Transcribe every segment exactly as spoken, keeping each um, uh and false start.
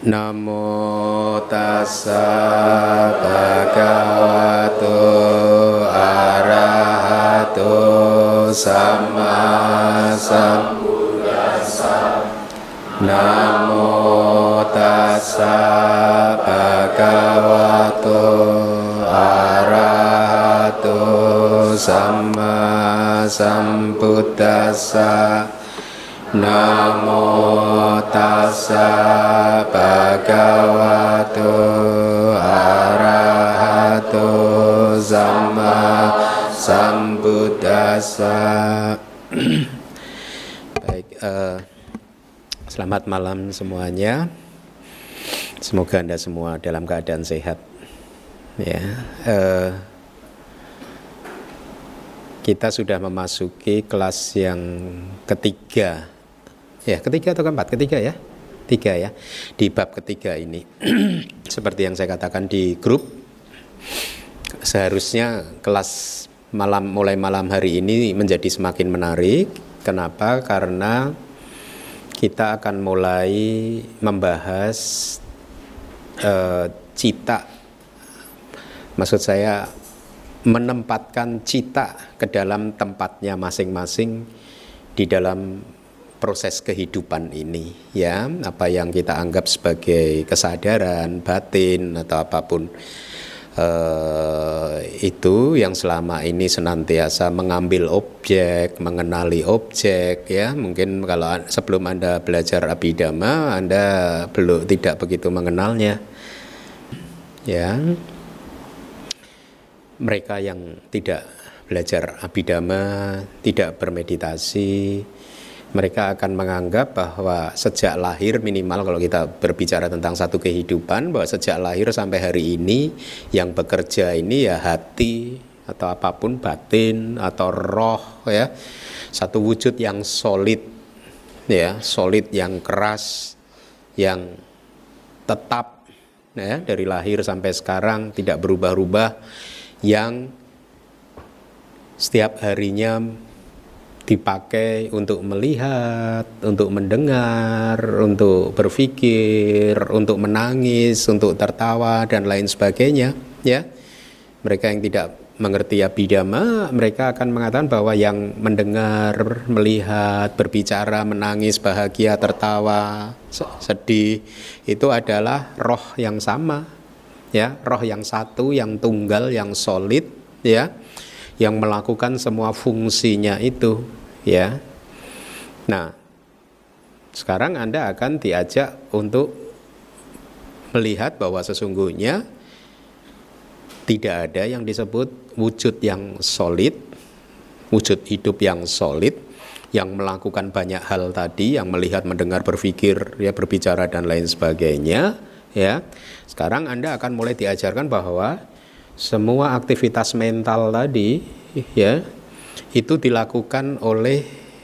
Namo tassa bhagavato arahato sama sambuddhassa. Namo tassa bhagavato arahato sama sambuddhassa. Namo tassa bhagavato arahato sama sambuddhassa. Baik, uh, selamat malam semuanya. Semoga Anda semua dalam keadaan sehat. Ya, uh, kita sudah memasuki kelas yang ketiga. Ya, ketiga atau keempat? Ketiga ya? Tiga ya. Di bab ketiga ini. Seperti yang saya katakan di grup, seharusnya kelas malam mulai malam hari ini menjadi semakin menarik. Kenapa? Karena kita akan mulai membahas uh, cita. Maksud saya menempatkan cita ke dalam tempatnya masing-masing di dalam proses kehidupan ini, ya, apa yang kita anggap sebagai kesadaran batin atau apapun uh, itu yang selama ini senantiasa mengambil objek, mengenali objek, ya. Mungkin kalau sebelum Anda belajar Abhidhamma, Anda belum tidak begitu mengenalnya, ya. Mereka yang tidak belajar Abhidhamma, tidak bermeditasi, mereka akan menganggap bahwa sejak lahir, minimal kalau kita berbicara tentang satu kehidupan, bahwa sejak lahir sampai hari ini yang bekerja ini ya hati atau apapun, batin atau roh, ya, satu wujud yang solid, ya, solid yang keras, yang tetap, ya, dari lahir sampai sekarang tidak berubah-ubah, yang setiap harinya dipakai untuk melihat, untuk mendengar, untuk berpikir, untuk menangis, untuk tertawa dan lain sebagainya, ya. Mereka yang tidak mengerti Abhidhamma, mereka akan mengatakan bahwa yang mendengar, melihat, berbicara, menangis, bahagia, tertawa, sedih itu adalah roh yang sama, ya, roh yang satu, yang tunggal, yang solid, ya, yang melakukan semua fungsinya itu, ya. Nah, sekarang Anda akan diajak untuk melihat bahwa sesungguhnya tidak ada yang disebut wujud yang solid, wujud hidup yang solid, yang melakukan banyak hal tadi, yang melihat, mendengar, berpikir, ya, berbicara dan lain sebagainya, ya. Sekarang Anda akan mulai diajarkan bahwa semua aktivitas mental tadi, ya, itu dilakukan oleh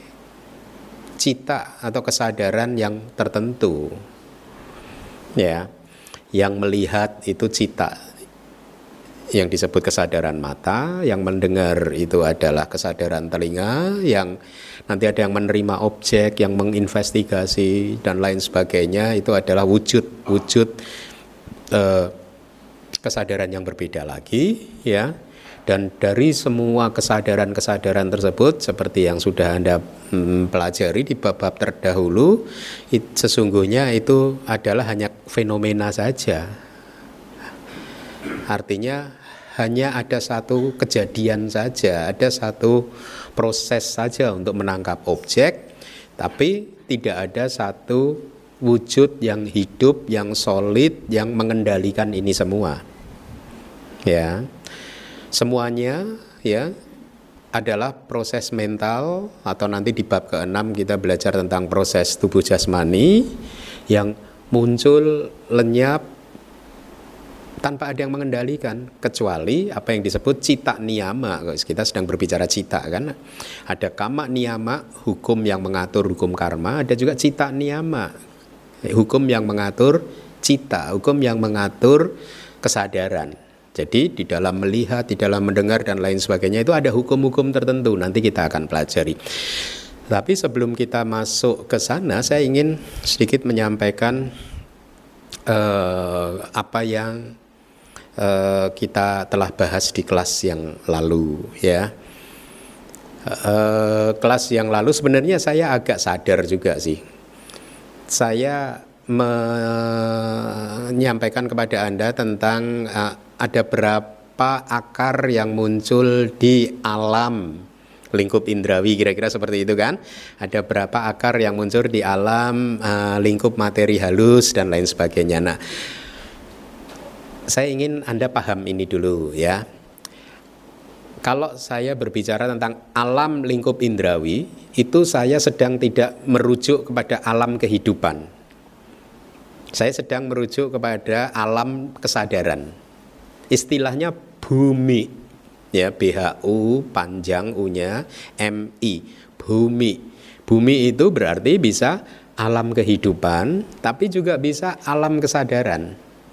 cita atau kesadaran yang tertentu, ya. Yang melihat itu cita, yang disebut kesadaran mata, yang mendengar itu adalah kesadaran telinga, yang nanti ada yang menerima objek, yang menginvestigasi dan lain sebagainya, itu adalah wujud wujud eh, kesadaran yang berbeda lagi, ya. Dan dari semua kesadaran-kesadaran tersebut, seperti yang sudah Anda hmm, pelajari di bab-bab terdahulu, it, sesungguhnya itu adalah hanya fenomena saja. Artinya hanya ada satu kejadian saja, ada satu proses saja untuk menangkap objek, tapi tidak ada satu wujud yang hidup, yang solid, yang mengendalikan ini semua, ya. Semuanya, ya, adalah proses mental, atau nanti di bab keenam kita belajar tentang proses tubuh jasmani yang muncul lenyap tanpa ada yang mengendalikan, kecuali apa yang disebut cita niyama. Kita sedang berbicara cita, kan? Ada kama niyama, hukum yang mengatur hukum karma, ada juga cita niyama, hukum yang mengatur cita, hukum yang mengatur kesadaran. Jadi di dalam melihat, di dalam mendengar dan lain sebagainya itu ada hukum-hukum tertentu, nanti kita akan pelajari. Tapi sebelum kita masuk ke sana, saya ingin sedikit menyampaikan eh, apa yang eh, kita telah bahas di kelas yang lalu ya. Eh, kelas yang lalu sebenarnya saya agak sadar juga sih. Saya menyampaikan kepada Anda tentang uh, ada berapa akar yang muncul di alam lingkup indrawi, kira-kira seperti itu kan. Ada berapa akar yang muncul di alam uh, lingkup materi halus dan lain sebagainya. Nah, saya ingin Anda paham ini dulu ya. Kalau saya berbicara tentang alam lingkup indrawi, itu saya sedang tidak merujuk kepada alam kehidupan. Saya sedang merujuk kepada alam kesadaran. Istilahnya bumi, ya, B H U panjang U-nya M I, bumi. Bumi itu berarti bisa alam kehidupan, tapi juga bisa alam kesadaran.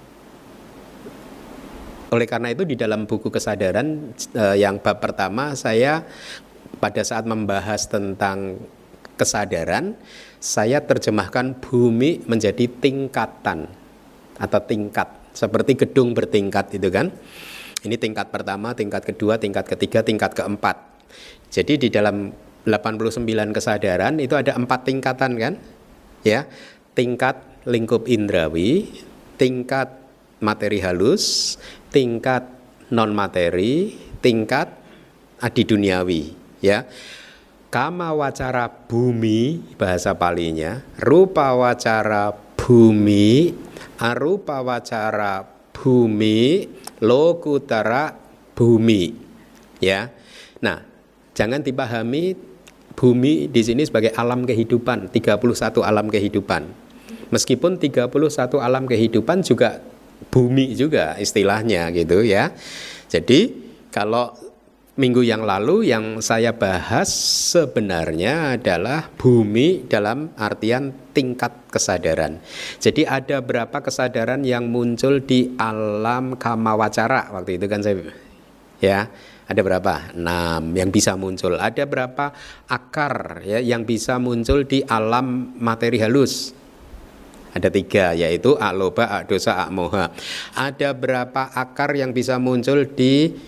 Oleh karena itu di dalam buku kesadaran eh, yang bab pertama, saya pada saat membahas tentang kesadaran, saya terjemahkan bumi menjadi tingkatan atau tingkat, seperti gedung bertingkat itu kan. Ini tingkat pertama, tingkat kedua, tingkat ketiga, tingkat keempat. Jadi di dalam delapan puluh sembilan kesadaran itu ada empat tingkatan kan, ya, tingkat lingkup indrawi, tingkat materi halus, tingkat non materi, tingkat adiduniawi, ya. Kama wacara bumi, bahasa Palinya, rupa wacara bumi, arupa wacara bumi, lokutara bumi, ya. Nah, jangan dipahami bumi di sini sebagai alam kehidupan, tiga puluh satu alam kehidupan. Meskipun tiga puluh satu alam kehidupan juga bumi juga istilahnya gitu ya. Jadi kalau minggu yang lalu yang saya bahas sebenarnya adalah bumi dalam artian tingkat kesadaran. Jadi ada berapa kesadaran yang muncul di alam kamawacara waktu itu kan saya ya. Ada berapa? enam yang bisa muncul. Ada berapa akar ya yang bisa muncul di alam materi halus? Ada tiga, yaitu ak loba, ak dosa, ak moha. Ada berapa akar yang bisa muncul di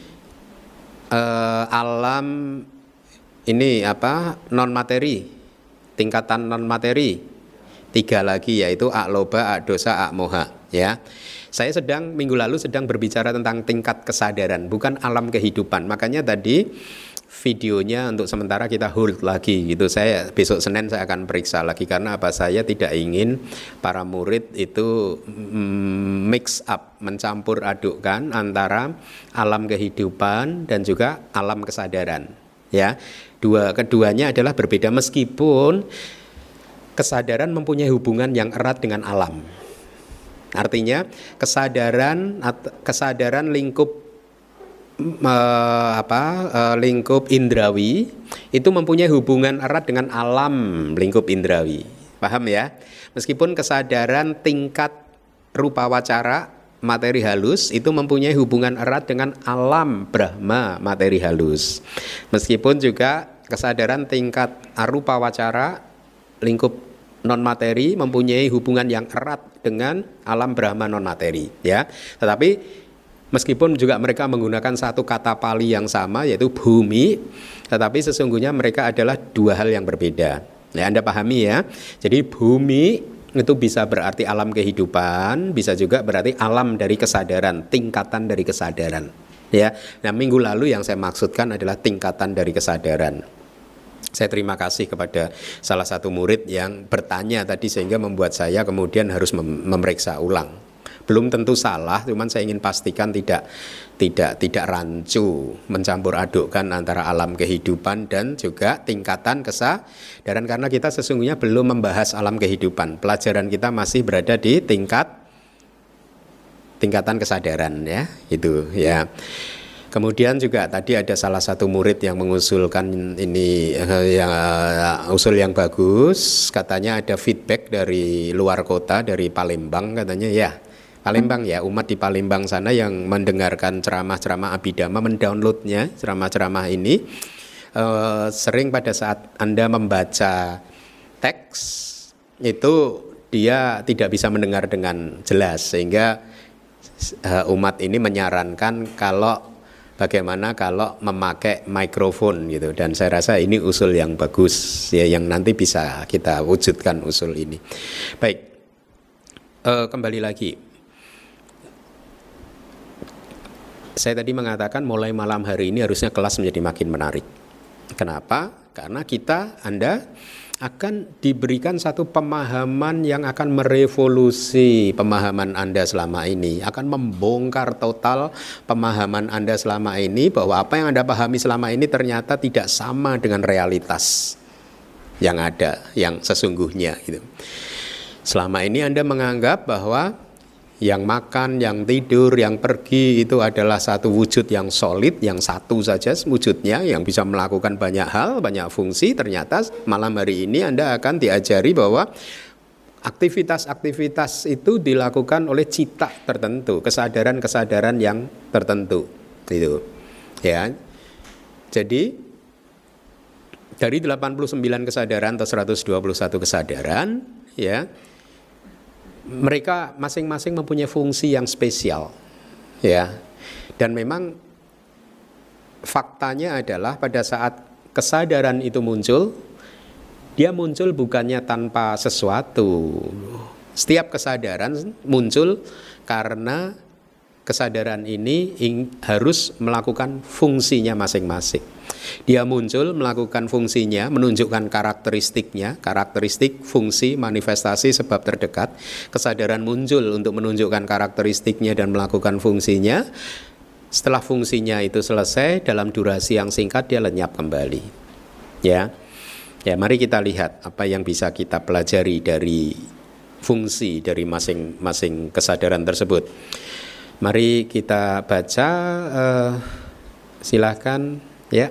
uh, alam ini apa non materi, tingkatan non materi? Tiga lagi, yaitu ak loba, ak dosa, ak moha. Ya, saya sedang minggu lalu sedang berbicara tentang tingkat kesadaran, bukan alam kehidupan. Makanya tadi videonya untuk sementara kita hold lagi gitu. Saya besok Senin saya akan periksa lagi, karena apa, saya tidak ingin para murid itu mm, mix up, mencampur adukkan antara alam kehidupan dan juga alam kesadaran. Ya, dua keduanya adalah berbeda, meskipun kesadaran mempunyai hubungan yang erat dengan alam. Artinya kesadaran kesadaran lingkup Uh, apa uh, lingkup indrawi itu mempunyai hubungan erat dengan alam lingkup indrawi, paham ya? Meskipun kesadaran tingkat rupa wacara materi halus itu mempunyai hubungan erat dengan alam Brahma materi halus, meskipun juga kesadaran tingkat arupa wacara lingkup non materi mempunyai hubungan yang erat dengan alam Brahma non materi, ya. Tetapi meskipun juga mereka menggunakan satu kata Pali yang sama, yaitu bumi, tetapi sesungguhnya mereka adalah dua hal yang berbeda. Ya, Anda pahami ya. Jadi bumi itu bisa berarti alam kehidupan, bisa juga berarti alam dari kesadaran, tingkatan dari kesadaran. Ya. Nah, minggu lalu yang saya maksudkan adalah tingkatan dari kesadaran. Saya terima kasih kepada salah satu murid yang bertanya tadi, sehingga membuat saya kemudian harus mem- memeriksa ulang. Belum tentu salah, cuman saya ingin pastikan tidak tidak tidak rancu mencampur adukkan antara alam kehidupan dan juga tingkatan kesadaran, karena kita sesungguhnya belum membahas alam kehidupan. Pelajaran kita masih berada di tingkat tingkatan kesadaran, ya, itu ya. Kemudian juga tadi ada salah satu murid yang mengusulkan ini yang uh, usul yang bagus, katanya ada feedback dari luar kota, dari Palembang katanya, ya. Palembang ya, umat di Palembang sana yang mendengarkan ceramah-ceramah Abhidhamma, mendownloadnya ceramah-ceramah ini, uh, sering pada saat Anda membaca teks itu dia tidak bisa mendengar dengan jelas, sehingga uh, umat ini menyarankan kalau bagaimana kalau memakai mikrofon gitu, dan saya rasa ini usul yang bagus ya, yang nanti bisa kita wujudkan usul ini. Baik, uh, kembali lagi. Saya tadi mengatakan mulai malam hari ini harusnya kelas menjadi makin menarik. Kenapa? Karena kita, Anda akan diberikan satu pemahaman yang akan merevolusi pemahaman Anda selama ini, akan membongkar total pemahaman Anda selama ini, bahwa apa yang Anda pahami selama ini ternyata tidak sama dengan realitas yang ada, yang sesungguhnya gitu. Selama ini Anda menganggap bahwa yang makan, yang tidur, yang pergi itu adalah satu wujud yang solid, yang satu saja wujudnya, yang bisa melakukan banyak hal, banyak fungsi. Ternyata malam hari ini Anda akan diajari bahwa aktivitas-aktivitas itu dilakukan oleh cita tertentu, kesadaran-kesadaran yang tertentu. Itu. Ya. Jadi dari delapan puluh sembilan kesadaran atau seratus dua puluh satu kesadaran, ya, mereka masing-masing mempunyai fungsi yang spesial, ya. Dan memang faktanya adalah pada saat kesadaran itu muncul, dia muncul bukannya tanpa sesuatu. Setiap kesadaran muncul karena kesadaran ini harus melakukan fungsinya masing-masing. Dia muncul melakukan fungsinya, menunjukkan karakteristiknya, karakteristik, fungsi, manifestasi, sebab terdekat. Kesadaran muncul untuk menunjukkan karakteristiknya dan melakukan fungsinya. Setelah fungsinya itu selesai, dalam durasi yang singkat dia lenyap kembali. Ya, ya, mari kita lihat apa yang bisa kita pelajari dari fungsi dari masing-masing kesadaran tersebut. Mari kita baca, uh, silakan, ya.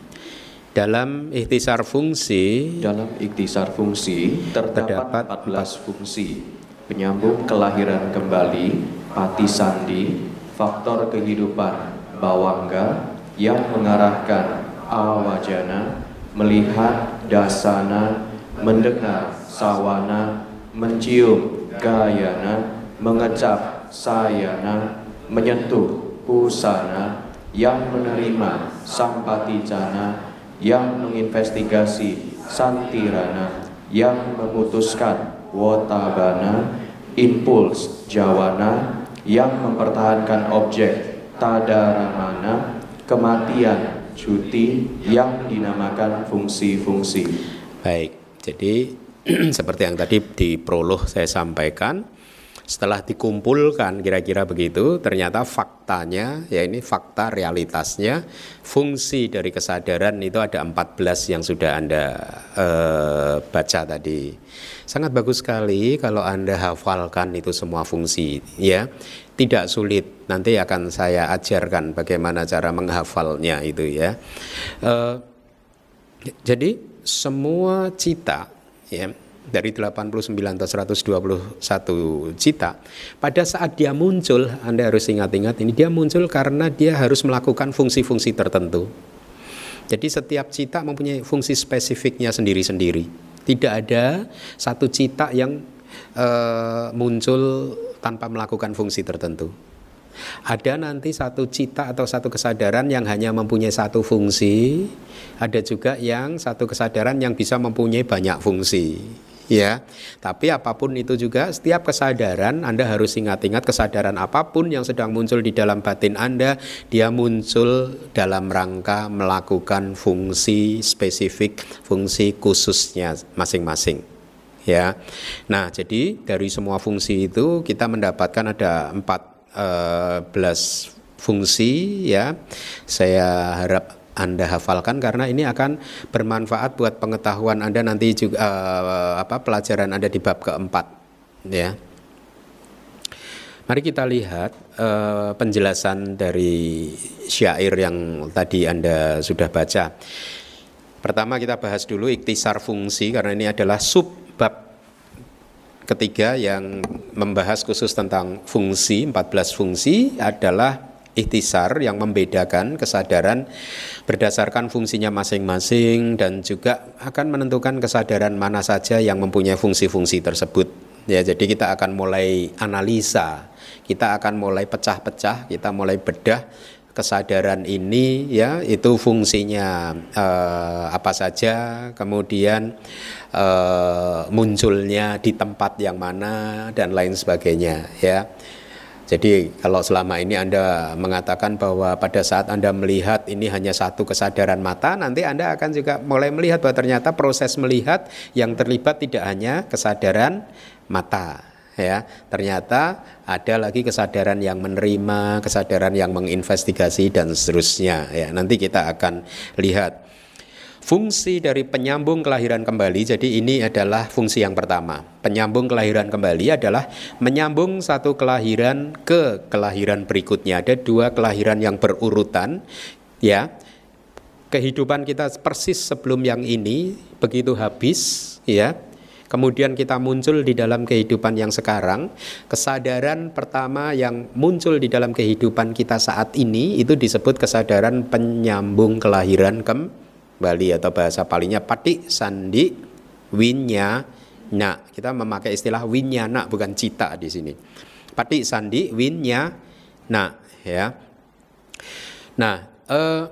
Dalam ikhtisar fungsi, dalam ikhtisar fungsi terdapat empat belas fungsi: penyambung kelahiran kembali, pati sandi, faktor kehidupan, bawangga, yang mengarahkan, awajana, melihat, dasana, mendengar, sawana, mencium, gayana, mengecap, sayana, menyentuh, pusana, yang menerima, sampaticana, yang menginvestigasi, santirana, yang memutuskan, wotabana, impuls, jawana, yang mempertahankan objek, tadaramana, kematian, cuti, yang dinamakan fungsi-fungsi. Baik, jadi seperti yang tadi di prolog saya sampaikan, setelah dikumpulkan kira-kira begitu, ternyata faktanya, ya ini fakta realitasnya, fungsi dari kesadaran itu ada empat belas yang sudah Anda eh, baca tadi. Sangat bagus sekali kalau Anda hafalkan itu semua fungsi, ya. Tidak sulit, nanti akan saya ajarkan bagaimana cara menghafalnya itu, ya. Eh, jadi semua cita, ya, dari delapan puluh sembilan atau seratus dua puluh satu cita, pada saat dia muncul, Anda harus ingat-ingat ini, dia muncul karena dia harus melakukan fungsi-fungsi tertentu. Jadi setiap cita mempunyai fungsi spesifiknya sendiri-sendiri. Tidak ada satu cita yang uh, muncul tanpa melakukan fungsi tertentu. Ada nanti satu cita atau satu kesadaran yang hanya mempunyai satu fungsi, ada juga yang satu kesadaran yang bisa mempunyai banyak fungsi, ya. Tapi apapun itu juga, setiap kesadaran Anda harus ingat-ingat, kesadaran apapun yang sedang muncul di dalam batin Anda, dia muncul dalam rangka melakukan fungsi spesifik, fungsi khususnya masing-masing, ya. Nah, jadi dari semua fungsi itu kita mendapatkan ada empat belas fungsi, ya. Saya harap Anda hafalkan karena ini akan bermanfaat buat pengetahuan Anda nanti juga, uh, apa pelajaran Anda di bab keempat, ya. Mari kita lihat uh, penjelasan dari syair yang tadi Anda sudah baca. Pertama kita bahas dulu ikhtisar fungsi, karena ini adalah subbab ketiga yang membahas khusus tentang fungsi. Empat belas fungsi adalah ikhtisar yang membedakan kesadaran berdasarkan fungsinya masing-masing, dan juga akan menentukan kesadaran mana saja yang mempunyai fungsi-fungsi tersebut, Ya, jadi kita akan mulai analisa, kita akan mulai pecah-pecah, kita mulai bedah kesadaran ini, ya, itu fungsinya eh, apa saja, kemudian eh, munculnya di tempat yang mana dan lain sebagainya, ya. Jadi kalau selama ini Anda mengatakan bahwa pada saat Anda melihat ini hanya satu kesadaran mata, nanti Anda akan juga mulai melihat bahwa ternyata proses melihat yang terlibat tidak hanya kesadaran mata, ya. Ternyata ada lagi kesadaran yang menerima, kesadaran yang menginvestigasi dan seterusnya, ya. Nanti kita akan lihat fungsi dari penyambung kelahiran kembali. Jadi ini adalah fungsi yang pertama. Penyambung kelahiran kembali adalah menyambung satu kelahiran ke kelahiran berikutnya. Ada dua kelahiran yang berurutan, ya. Kehidupan kita persis sebelum yang ini, begitu habis, ya. Kemudian kita muncul di dalam kehidupan yang sekarang. Kesadaran pertama yang muncul di dalam kehidupan kita saat ini itu disebut kesadaran penyambung kelahiran kembali. Bali atau bahasa Palinya pati sandi winyana. Kita memakai istilah winyana, bukan cita di sini. Pati sandi winyana, ya. Nah, eh,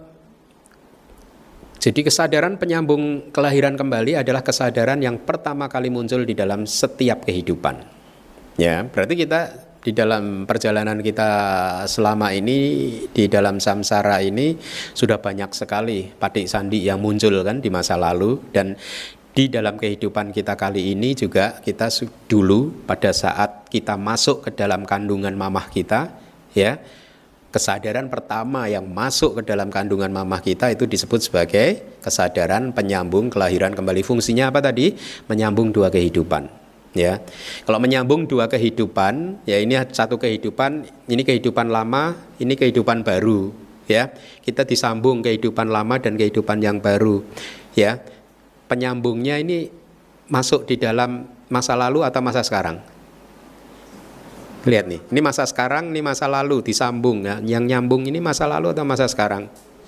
jadi kesadaran penyambung kelahiran kembali adalah kesadaran yang pertama kali muncul di dalam setiap kehidupan. Ya, berarti kita di dalam perjalanan kita selama ini, di dalam samsara ini sudah banyak sekali patik sandi yang muncul kan di masa lalu, dan di dalam kehidupan kita kali ini juga kita dulu pada saat kita masuk ke dalam kandungan mamah kita, ya, kesadaran pertama yang masuk ke dalam kandungan mamah kita itu disebut sebagai kesadaran penyambung kelahiran kembali. Fungsinya apa tadi? Menyambung dua kehidupan. Ya, kalau menyambung dua kehidupan, ya ini satu kehidupan, ini kehidupan lama, ini kehidupan baru, ya. Kita disambung kehidupan lama dan kehidupan yang baru, ya. Penyambungnya ini masuk di dalam masa lalu atau masa sekarang? Lihat nih, ini masa sekarang, ini masa lalu disambung, ya. Yang nyambung ini masa lalu atau masa sekarang?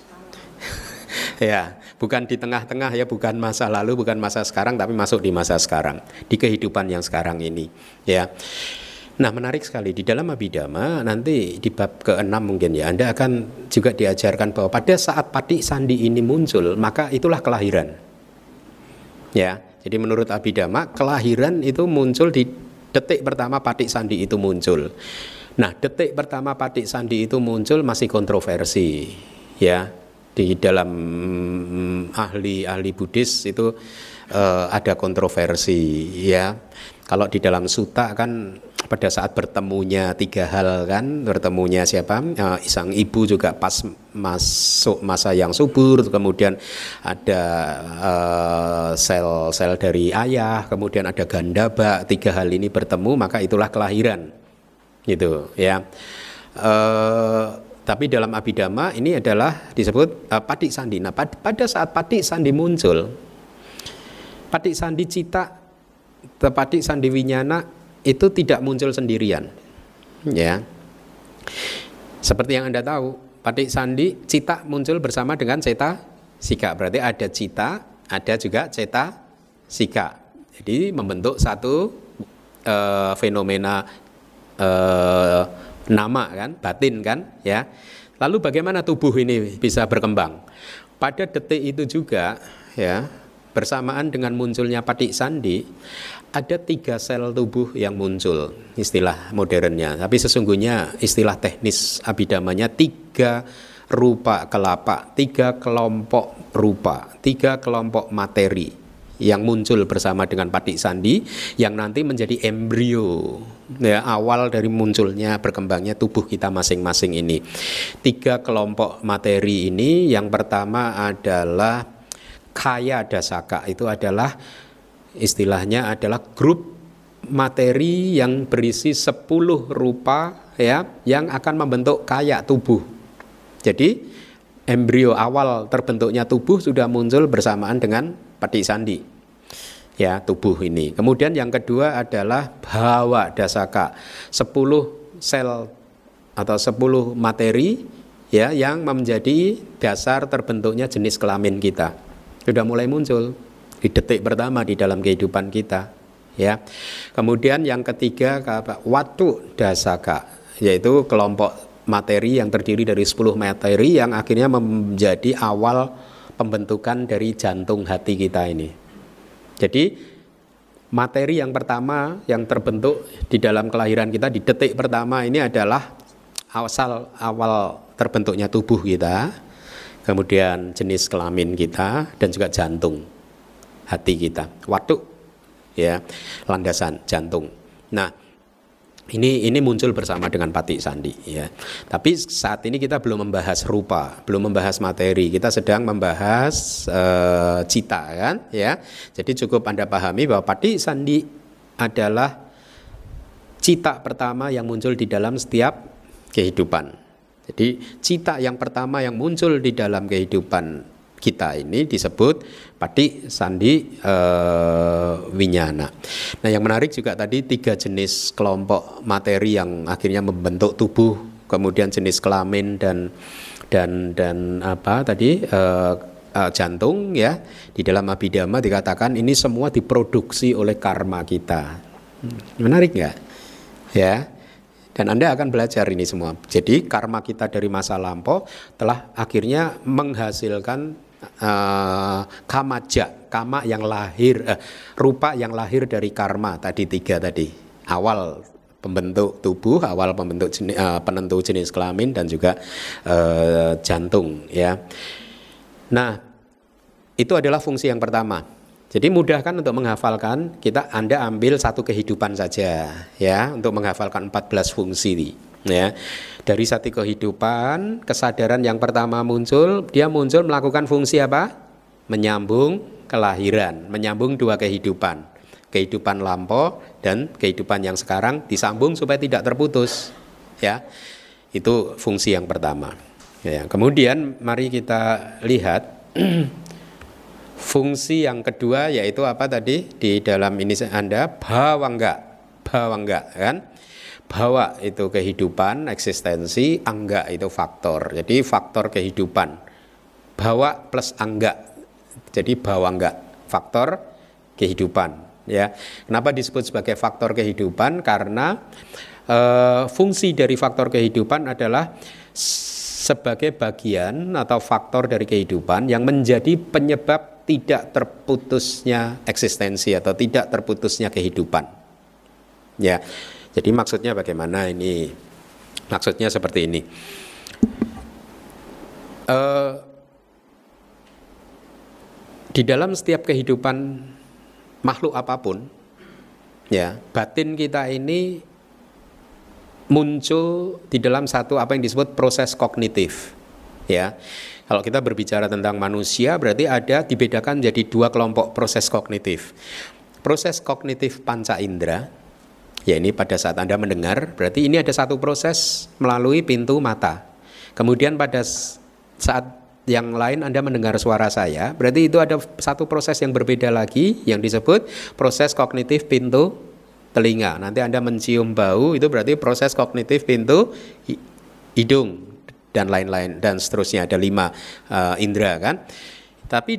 Ya, bukan di tengah-tengah, ya, bukan masa lalu, bukan masa sekarang, tapi masuk di masa sekarang, di kehidupan yang sekarang ini, ya. Nah, menarik sekali di dalam Abhidhamma nanti di bab keenam mungkin, ya, Anda akan juga diajarkan bahwa pada saat pati sandi ini muncul, maka itulah kelahiran. Ya, jadi menurut Abhidhamma kelahiran itu muncul di detik pertama pati sandi itu muncul. Nah, detik pertama pati sandi itu muncul masih kontroversi, ya. Di dalam ahli-ahli Buddhis itu uh, ada kontroversi, ya. Kalau di dalam sutta kan pada saat bertemunya tiga hal kan, bertemunya siapa? Uh, sang ibu juga pas masuk masa yang subur, kemudian ada uh, sel-sel dari ayah, kemudian ada gandaba, tiga hal ini bertemu maka itulah kelahiran, gitu, ya. Uh, Tapi dalam Abhidhamma ini adalah disebut uh, patik sandi. Nah, pad- pada saat patik sandi muncul, patik sandi cita, patik sandi winyana itu tidak muncul sendirian, ya. Seperti yang Anda tahu, patik sandi cita muncul bersama dengan ceta sika. Berarti ada cita, ada juga ceta sika. Jadi membentuk satu uh, fenomena uh, nama kan, batin kan, ya. Lalu bagaimana tubuh ini bisa berkembang? Pada detik itu juga, ya, bersamaan dengan munculnya patik sandi, ada tiga sel tubuh yang muncul, istilah modernnya. Tapi sesungguhnya istilah teknis Abhidammanya tiga rupa kelapa, tiga kelompok rupa, tiga kelompok materi yang muncul bersama dengan patik sandi, yang nanti menjadi embrio, ya, awal dari munculnya berkembangnya tubuh kita masing-masing ini. Tiga kelompok materi ini, yang pertama adalah kaya dasaka, itu adalah istilahnya adalah grup materi yang berisi sepuluh rupa, ya, yang akan membentuk kaya tubuh. Jadi embrio awal terbentuknya tubuh sudah muncul bersamaan dengan patik sandi, ya, tubuh ini. Kemudian yang kedua adalah bhawa dasaka, sepuluh sel atau sepuluh materi, ya, yang menjadi dasar terbentuknya jenis kelamin kita. Sudah mulai muncul di detik pertama di dalam kehidupan kita, ya. Kemudian yang ketiga watu dasaka, yaitu kelompok materi yang terdiri dari sepuluh materi yang akhirnya menjadi awal pembentukan dari jantung hati kita ini. Jadi materi yang pertama yang terbentuk di dalam kelahiran kita di detik pertama ini adalah asal awal terbentuknya tubuh kita, kemudian jenis kelamin kita, dan juga jantung hati kita. Watu, ya, landasan jantung. Nah, ini ini muncul bersama dengan Pati Sandi, ya. Tapi saat ini kita belum membahas rupa, belum membahas materi. Kita sedang membahas uh, cita, kan, ya. Jadi cukup Anda pahami bahwa Pati Sandi adalah cita pertama yang muncul di dalam setiap kehidupan. Jadi cita yang pertama yang muncul di dalam kehidupan kita ini disebut Pati Sandi e, Winyana. Nah, yang menarik juga tadi tiga jenis kelompok materi yang akhirnya membentuk tubuh, kemudian jenis kelamin dan dan dan apa tadi e, e, jantung, ya. Di dalam Abhidhamma dikatakan ini semua diproduksi oleh karma kita. Menarik nggak? Ya. Dan Anda akan belajar ini semua. Jadi karma kita dari masa lampau telah akhirnya menghasilkan uh, kamaja, kama yang lahir, uh, rupa yang lahir dari karma tadi tiga tadi. Awal pembentuk tubuh, awal pembentuk jenis, uh, penentu jenis kelamin dan juga uh, jantung, ya. Nah, itu adalah fungsi yang pertama. Jadi mudah kan untuk menghafalkan, kita Anda ambil satu kehidupan saja, ya, untuk menghafalkan empat belas fungsi, ya. Dari satu kehidupan, kesadaran yang pertama muncul, dia muncul melakukan fungsi apa? Menyambung kelahiran, menyambung dua kehidupan, kehidupan lampau dan kehidupan yang sekarang disambung supaya tidak terputus, ya. Itu fungsi yang pertama. Ya, kemudian mari kita lihat fungsi yang kedua, yaitu apa tadi di dalam ini Anda, bawangga, bawangga, kan? Bawa itu kehidupan, eksistensi, angga itu faktor. Jadi faktor kehidupan. Bawa plus angga. Jadi bawangga, faktor kehidupan, ya. Kenapa disebut sebagai faktor kehidupan? Karena e, fungsi dari faktor kehidupan adalah sebagai bagian atau faktor dari kehidupan yang menjadi penyebab tidak terputusnya eksistensi atau tidak terputusnya kehidupan, ya. Jadi maksudnya bagaimana ini? Maksudnya seperti ini. Uh, di dalam setiap kehidupan makhluk apapun, ya, batin kita ini muncul di dalam satu apa yang disebut proses kognitif, ya. Kalau kita berbicara tentang manusia, berarti ada dibedakan jadi dua kelompok proses kognitif. Proses kognitif panca indera, ya, ini pada saat Anda mendengar, berarti ini ada satu proses melalui pintu mata. Kemudian pada saat yang lain Anda mendengar suara saya, berarti itu ada satu proses yang berbeda lagi yang disebut proses kognitif pintu telinga. Nanti Anda mencium bau, itu berarti proses kognitif pintu hidung dan lain-lain dan seterusnya, ada lima uh, indera, kan. Tapi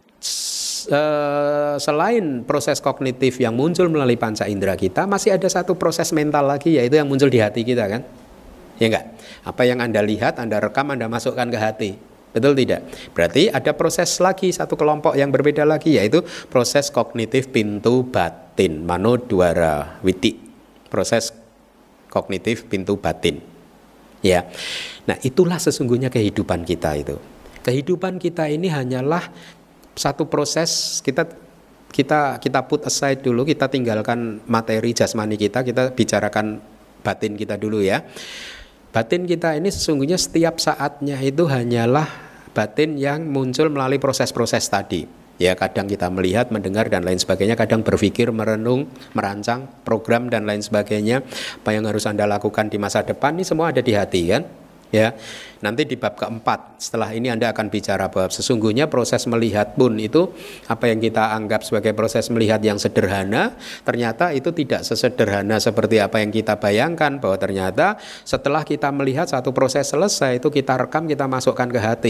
uh, selain proses kognitif yang muncul melalui panca indera kita, masih ada satu proses mental lagi, yaitu yang muncul di hati kita, kan, ya enggak? Apa yang Anda lihat, Anda rekam, Anda masukkan ke hati, betul tidak? Berarti ada proses lagi, satu kelompok yang berbeda lagi, yaitu proses kognitif pintu batin, manodwara witi, proses kognitif pintu batin, ya. Nah, itulah sesungguhnya kehidupan kita itu. Kehidupan kita ini hanyalah satu proses, kita kita kita put aside dulu, kita tinggalkan materi jasmani kita, kita bicarakan batin kita dulu, ya. Batin kita ini sesungguhnya setiap saatnya itu hanyalah batin yang muncul melalui proses-proses tadi. Ya, kadang kita melihat, mendengar dan lain sebagainya, kadang berpikir, merenung, merancang program dan lain sebagainya. Apa yang harus Anda lakukan di masa depan, ini semua ada di hati, kan? Ya, nanti di bab keempat setelah ini Anda akan bicara bahwa sesungguhnya proses melihat pun itu apa yang kita anggap sebagai proses melihat yang sederhana, ternyata itu tidak sesederhana seperti apa yang kita bayangkan, bahwa ternyata setelah kita melihat satu proses selesai itu kita rekam, kita masukkan ke hati.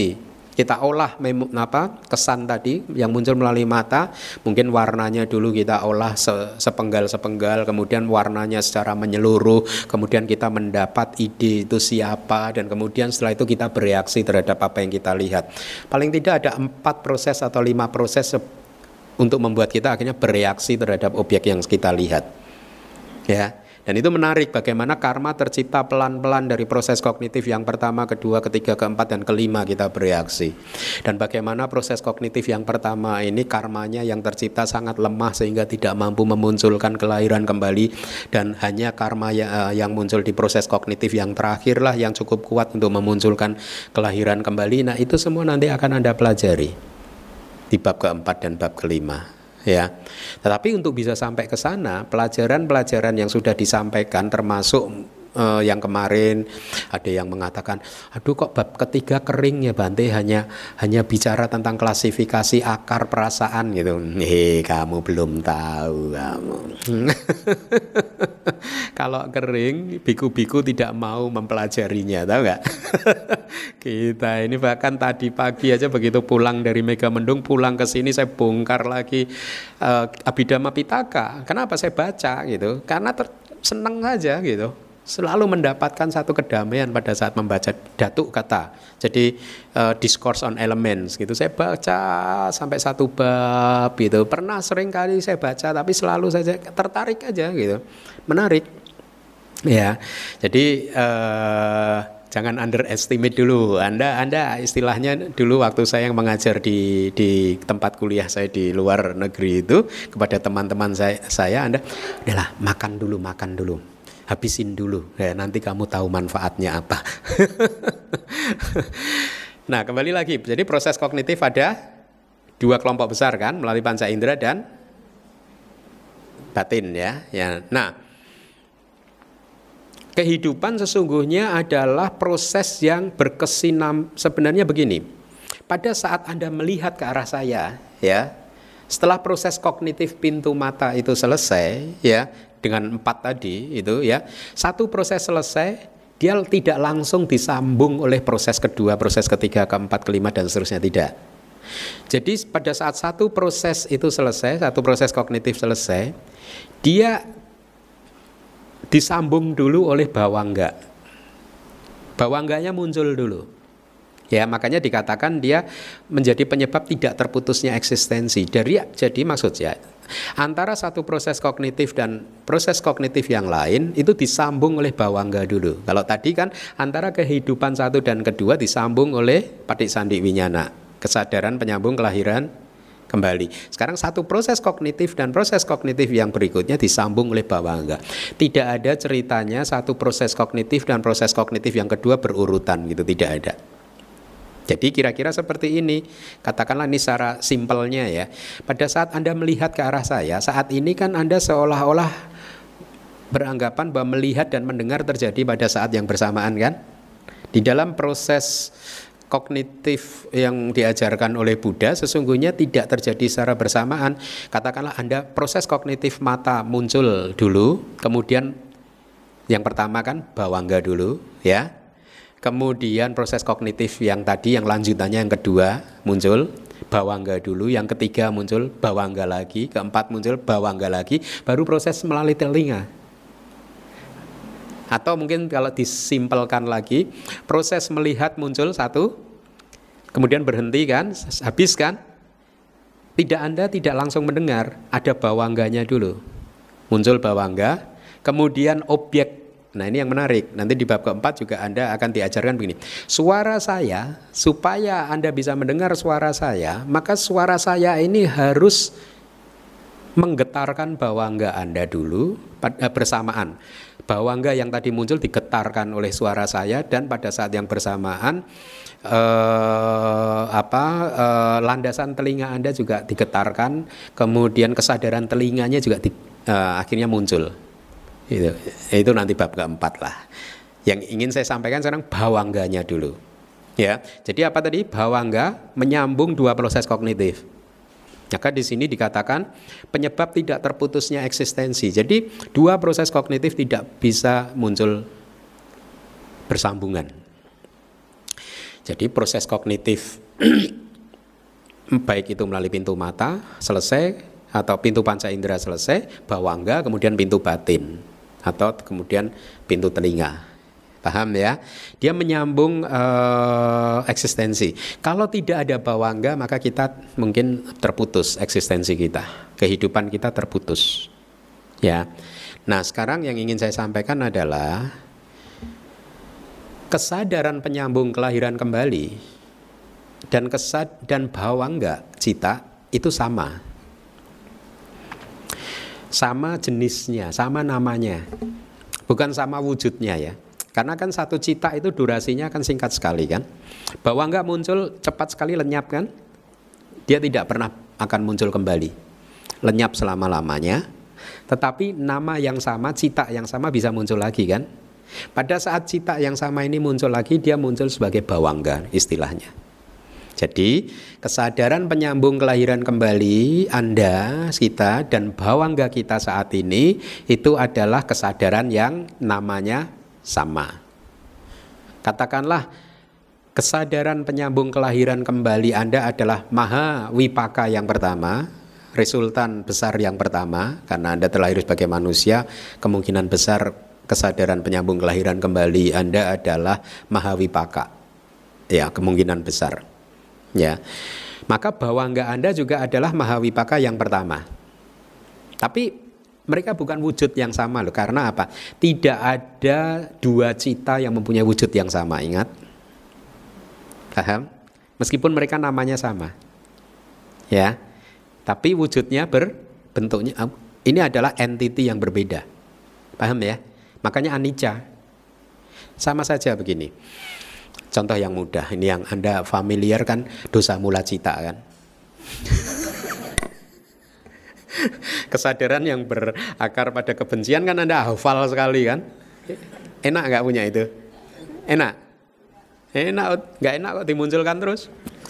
Kita olah mem, apa, kesan tadi yang muncul melalui mata, mungkin warnanya dulu kita olah sepenggal-sepenggal, kemudian warnanya secara menyeluruh, kemudian kita mendapat ide itu siapa, dan kemudian setelah itu kita bereaksi terhadap apa yang kita lihat. Paling tidak ada empat proses atau lima proses untuk membuat kita akhirnya bereaksi terhadap objek yang kita lihat. Ya. Dan itu menarik bagaimana karma tercipta pelan-pelan dari proses kognitif yang pertama, kedua, ketiga, keempat, dan kelima kita bereaksi. Dan bagaimana proses kognitif yang pertama ini karmanya yang tercipta sangat lemah sehingga tidak mampu memunculkan kelahiran kembali. Dan hanya karma yang muncul di proses kognitif yang terakhir lah yang cukup kuat untuk memunculkan kelahiran kembali. Nah itu semua nanti akan Anda pelajari di bab keempat dan bab kelima. Ya, tetapi untuk bisa sampai ke sana, pelajaran-pelajaran yang sudah disampaikan termasuk eh, yang kemarin ada yang mengatakan, aduh kok bab ketiga kering ya Bante, hanya hanya bicara tentang klasifikasi akar perasaan gitu. Hei, kamu belum tahu kamu. Kalau kering, biku-biku tidak mau mempelajarinya, tahu nggak? Kita ini bahkan tadi pagi aja begitu pulang dari Megamendung, pulang ke sini saya bongkar lagi uh, Abhidhamma Pitaka. Kenapa saya baca gitu? Karena ter- seneng aja gitu. Selalu mendapatkan satu kedamaian pada saat membaca datuk kata. Jadi uh, Discourse on Elements gitu. Saya baca sampai satu bab gitu. Pernah sering kali saya baca tapi selalu saja tertarik aja gitu. Menarik. Ya. Jadi uh, jangan underestimate dulu. Anda Anda istilahnya dulu waktu saya yang mengajar di di tempat kuliah saya di luar negeri itu kepada teman-teman saya, saya Anda udahlah makan dulu, makan dulu. Habisin dulu. Ya, nanti kamu tahu manfaatnya apa. Nah, kembali lagi. Jadi proses kognitif ada dua kelompok besar kan, melalui panca indera dan batin ya. Ya. Nah, kehidupan sesungguhnya adalah proses yang berkesinam. Sebenarnya begini, pada saat Anda melihat ke arah saya, ya, setelah proses kognitif pintu mata itu selesai, ya, dengan empat tadi itu, ya, satu proses selesai, dia tidak langsung disambung oleh proses kedua, proses ketiga, keempat, kelima, dan seterusnya, tidak. Jadi pada saat satu proses itu selesai, satu proses kognitif selesai, dia disambung dulu oleh bawangga. Bawangganya muncul dulu. Ya, makanya dikatakan dia menjadi penyebab tidak terputusnya eksistensi. Dari jadi maksudnya antara satu proses kognitif dan proses kognitif yang lain itu disambung oleh bawangga dulu. Kalau tadi kan antara kehidupan satu dan kedua disambung oleh paticandi winyana, kesadaran penyambung kelahiran kembali. Sekarang satu proses kognitif dan proses kognitif yang berikutnya disambung oleh bawangga. Tidak ada ceritanya satu proses kognitif dan proses kognitif yang kedua berurutan gitu, tidak ada. Jadi kira-kira seperti ini, katakanlah ini secara simpelnya ya. Pada saat Anda melihat ke arah saya, saat ini kan Anda seolah-olah beranggapan bahwa melihat dan mendengar terjadi pada saat yang bersamaan kan? Di dalam proses kognitif yang diajarkan oleh Buddha sesungguhnya tidak terjadi secara bersamaan. Katakanlah Anda proses kognitif mata muncul dulu, kemudian yang pertama kan bawangga dulu ya. Kemudian proses kognitif yang tadi yang lanjutannya yang kedua muncul bawangga dulu, yang ketiga muncul bawangga lagi, keempat muncul bawangga lagi, baru proses melalui telinga. Atau mungkin kalau disimpelkan lagi, proses melihat muncul satu, kemudian berhenti kan, habis kan? Tidak, Anda tidak langsung mendengar, ada bawangganya dulu. Muncul bawangga, kemudian objek. Nah ini yang menarik, nanti di bab keempat juga Anda akan diajarkan begini. Suara saya, supaya Anda bisa mendengar suara saya, maka suara saya ini harus menggetarkan bawangga Anda dulu bersamaan. Bawangga yang tadi muncul digetarkan oleh suara saya, dan pada saat yang bersamaan eh, apa eh, landasan telinga Anda juga digetarkan, kemudian kesadaran telinganya juga di, eh, akhirnya muncul. Itu, itu nanti bab keempat lah. Yang ingin saya sampaikan sekarang bawangganya dulu. Ya, jadi apa tadi? Bawangga menyambung dua proses kognitif. Maka di sini dikatakan penyebab tidak terputusnya eksistensi. Jadi dua proses kognitif tidak bisa muncul bersambungan. Jadi proses kognitif Baik itu melalui pintu mata selesai, atau pintu panca indera selesai, bawangga, kemudian pintu batin, atau kemudian pintu telinga. Paham ya? Dia menyambung uh, eksistensi. Kalau tidak ada bawangga, maka kita mungkin terputus eksistensi kita, kehidupan kita terputus. Ya. Nah, sekarang yang ingin saya sampaikan adalah kesadaran penyambung kelahiran kembali dan kesad dan bawangga cita itu sama. Sama jenisnya, sama namanya. Bukan sama wujudnya ya. Karena kan satu cita itu durasinya kan singkat sekali kan. Bawangga muncul cepat sekali, lenyap kan. Dia tidak pernah akan muncul kembali. Lenyap selama-lamanya. Tetapi nama yang sama, cita yang sama bisa muncul lagi kan. Pada saat cita yang sama ini muncul lagi, dia muncul sebagai bawangga istilahnya. Jadi kesadaran penyambung kelahiran kembali Anda, kita, dan bawangga kita saat ini itu adalah kesadaran yang namanya sama. Katakanlah kesadaran penyambung kelahiran kembali Anda adalah maha wipaka yang pertama, resultan besar yang pertama, karena Anda terlahir sebagai manusia, kemungkinan besar kesadaran penyambung kelahiran kembali Anda adalah maha wipaka. Ya, kemungkinan besar. Ya. Maka bawangga Anda juga adalah maha wipaka yang pertama. Tapi mereka bukan wujud yang sama loh. Karena apa? Tidak ada dua cita yang mempunyai wujud yang sama. Ingat? Paham? Meskipun mereka namanya sama. Ya. Tapi wujudnya berbentuknya, ini adalah entity yang berbeda. Paham ya? Makanya anicca. Sama saja begini. Contoh yang mudah, ini yang Anda familiar kan, dosa mula cita kan. Kesadaran yang berakar pada kebencian kan Anda hafal sekali kan. Enak gak punya itu? Enak? Enak, gak enak kok dimunculkan terus.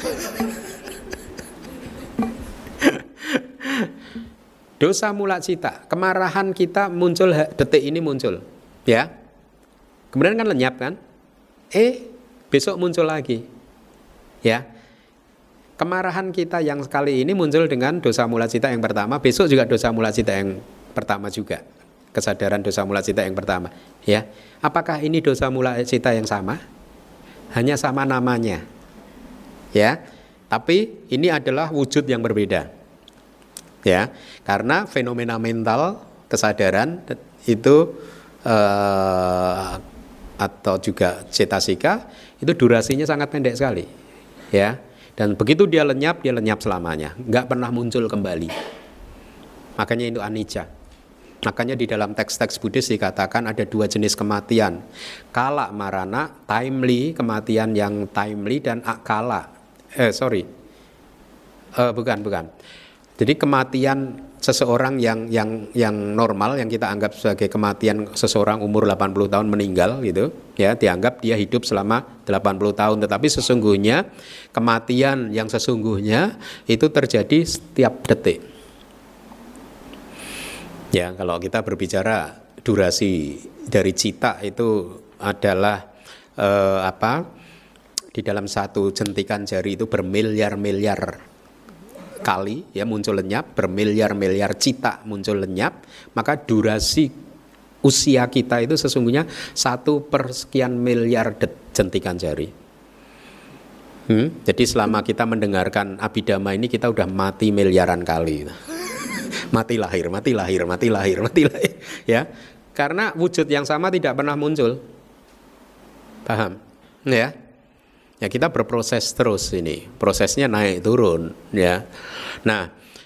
Dosa mula cita, kemarahan kita muncul detik ini muncul, ya. Kemudian kan lenyap kan? Eh, besok muncul lagi, ya. Kemarahan kita yang kali ini muncul dengan dosa mula cita yang pertama, besok juga dosa mula cita yang pertama juga. Kesadaran dosa mula cita yang pertama, ya. Apakah ini dosa mula cita yang sama? Hanya sama namanya, ya. Tapi ini adalah wujud yang berbeda, ya. Karena fenomena mental kesadaran itu eh, atau juga cetasika itu durasinya sangat pendek sekali, ya. Dan begitu dia lenyap, dia lenyap selamanya, nggak pernah muncul kembali. Makanya itu anicca. Makanya di dalam teks-teks Buddhis dikatakan ada dua jenis kematian. Kala marana, timely, kematian yang timely, dan akala. Eh sorry, eh, bukan bukan. Jadi kematian seseorang yang yang yang normal, yang kita anggap sebagai kematian seseorang umur delapan puluh tahun meninggal gitu, ya, dianggap dia hidup selama delapan puluh tahun, tetapi sesungguhnya kematian yang sesungguhnya itu terjadi setiap detik. Ya, kalau kita berbicara durasi dari cita itu adalah eh, apa? Di dalam satu jentikan jari itu bermiliar-miliar kali ya muncul lenyap, bermiliar-miliar cita muncul lenyap, maka durasi usia kita itu sesungguhnya satu per sekian miliar jentikan jari. Hmm? Jadi selama kita mendengarkan Abhidhamma ini kita udah mati miliaran kali. Mati lahir, mati lahir, mati lahir, mati lahir, ya. Karena wujud yang sama tidak pernah muncul. Paham? Ya. Ya, kita berproses terus ini, prosesnya naik turun, ya. Nah,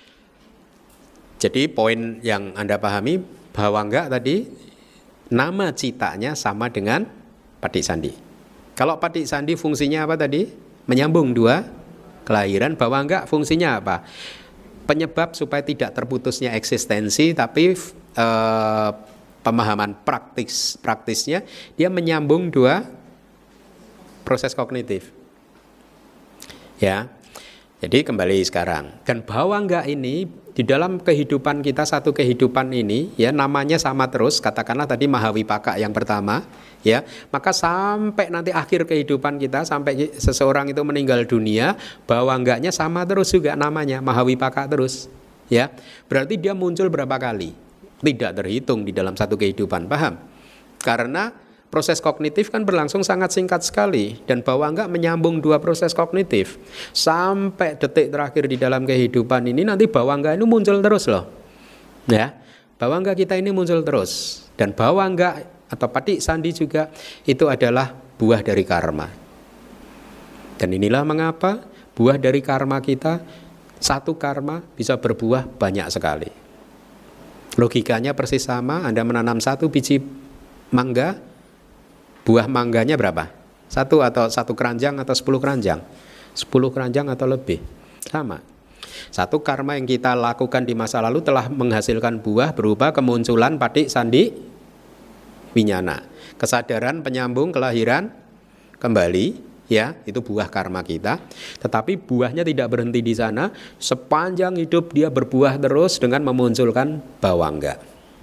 jadi poin yang Anda pahami bahwa enggak tadi nama citanya sama dengan patik sandi. Kalau patik sandi fungsinya apa tadi? Menyambung dua kelahiran. Bahwa enggak fungsinya apa? Penyebab supaya tidak terputusnya eksistensi, tapi eh, pemahaman praktis praktisnya dia menyambung dua proses kognitif, ya. Jadi kembali sekarang, dan bawangga ini di dalam kehidupan kita, satu kehidupan ini ya namanya sama terus, katakanlah tadi Mahawipaka yang pertama ya, maka sampai nanti akhir kehidupan kita, sampai seseorang itu meninggal dunia, bawangganya sama terus juga namanya Mahawipaka terus ya. Berarti dia muncul berapa kali? Tidak terhitung di dalam satu kehidupan, paham? Karena proses kognitif kan berlangsung sangat singkat sekali, dan bawangga menyambung dua proses kognitif sampai detik terakhir di dalam kehidupan ini. Nanti bawangga ini muncul terus loh ya, bawangga kita ini muncul terus. Dan bawangga atau patik sandi juga itu adalah buah dari karma. Dan inilah mengapa buah dari karma kita, satu karma bisa berbuah banyak sekali. Logikanya persis sama. Anda menanam satu biji mangga, buah mangganya berapa? Satu atau satu keranjang atau sepuluh keranjang? Sepuluh keranjang atau lebih. Sama. Satu karma yang kita lakukan di masa lalu telah menghasilkan buah berupa kemunculan patik sandi winyana. Kesadaran penyambung kelahiran kembali, ya, itu buah karma kita. Tetapi buahnya tidak berhenti di sana. Sepanjang hidup dia berbuah terus dengan memunculkan bawangga.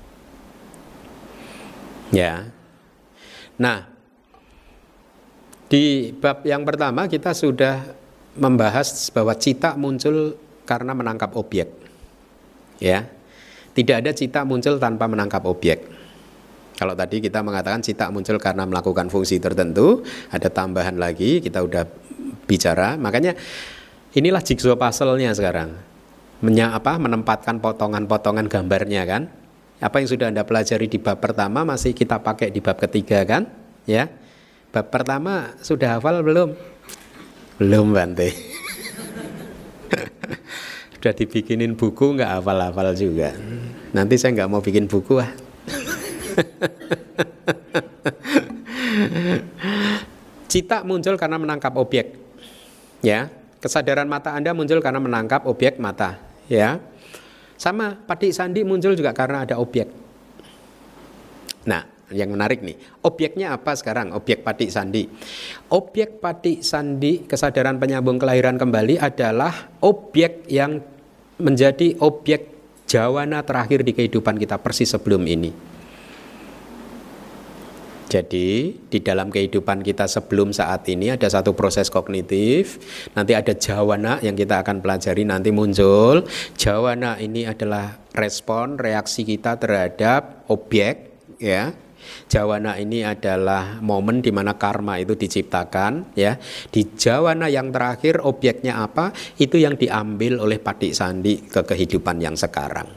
Ya. Nah, di bab yang pertama kita sudah membahas bahwa cita muncul karena menangkap objek. Ya. Tidak ada cita muncul tanpa menangkap objek. Kalau tadi kita mengatakan cita muncul karena melakukan fungsi tertentu, ada tambahan lagi, kita udah bicara. Makanya inilah jigsaw puzzle-nya sekarang. Menya, apa, menempatkan potongan-potongan gambarnya kan. Apa yang sudah Anda pelajari di bab pertama masih kita pakai di bab ketiga kan? Ya. Bab pertama sudah hafal belum? Belum, Bante. Sudah dibikinin buku nggak hafal-hafal juga. Nanti saya nggak mau bikin buku ah. Cita muncul karena menangkap objek. Ya. Kesadaran mata Anda muncul karena menangkap objek mata. Ya. Sama, patik sandi muncul juga karena ada objek. Nah, yang menarik nih, objeknya apa sekarang? Objek patik sandi. Objek patik sandi, kesadaran penyambung kelahiran kembali, adalah objek yang menjadi objek jawana terakhir di kehidupan kita persis sebelum ini. Jadi di dalam kehidupan kita sebelum saat ini ada satu proses kognitif. Nanti ada jawana yang kita akan pelajari nanti muncul. Jawana ini adalah respon, reaksi kita terhadap objek, ya. Jawana ini adalah momen di mana karma itu diciptakan, ya. Di jawana yang terakhir objeknya apa? Itu yang diambil oleh patik sandi ke kehidupan yang sekarang.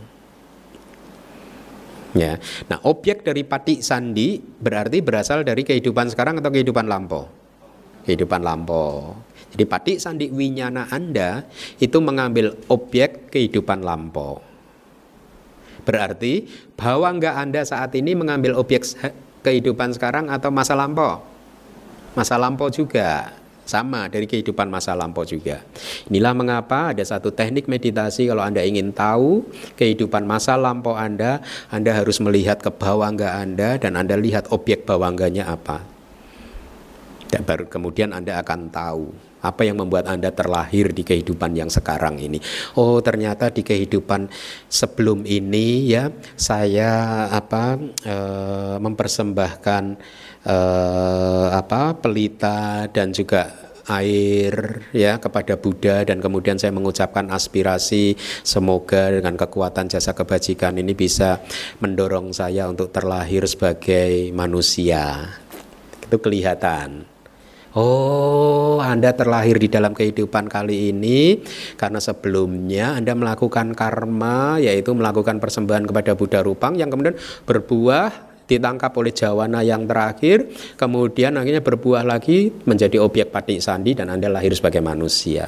Ya. Nah, objek dari patik sandi berarti berasal dari kehidupan sekarang atau kehidupan lampau? Kehidupan lampau. Jadi patik sandi winyana Anda itu mengambil objek kehidupan lampau. Berarti bawangga Anda saat ini mengambil objek kehidupan sekarang atau masa lampau? Masa lampau juga. Sama, dari kehidupan masa lampau juga. Inilah mengapa ada satu teknik meditasi. Kalau Anda ingin tahu kehidupan masa lampau Anda, Anda harus melihat ke bawangga Anda dan Anda lihat objek bawangganya apa. Dan baru kemudian Anda akan tahu apa yang membuat Anda terlahir di kehidupan yang sekarang ini. Oh, ternyata di kehidupan sebelum ini ya saya apa e, mempersembahkan e, apa pelita dan juga air ya kepada Buddha, dan kemudian saya mengucapkan aspirasi semoga dengan kekuatan jasa kebajikan ini bisa mendorong saya untuk terlahir sebagai manusia. Itu kelihatan. Oh, Anda terlahir di dalam kehidupan kali ini karena sebelumnya Anda melakukan karma, yaitu melakukan persembahan kepada Buddha Rupang yang kemudian berbuah, ditangkap oleh jawana yang terakhir, kemudian akhirnya berbuah lagi menjadi objek patik sandi dan Anda lahir sebagai manusia.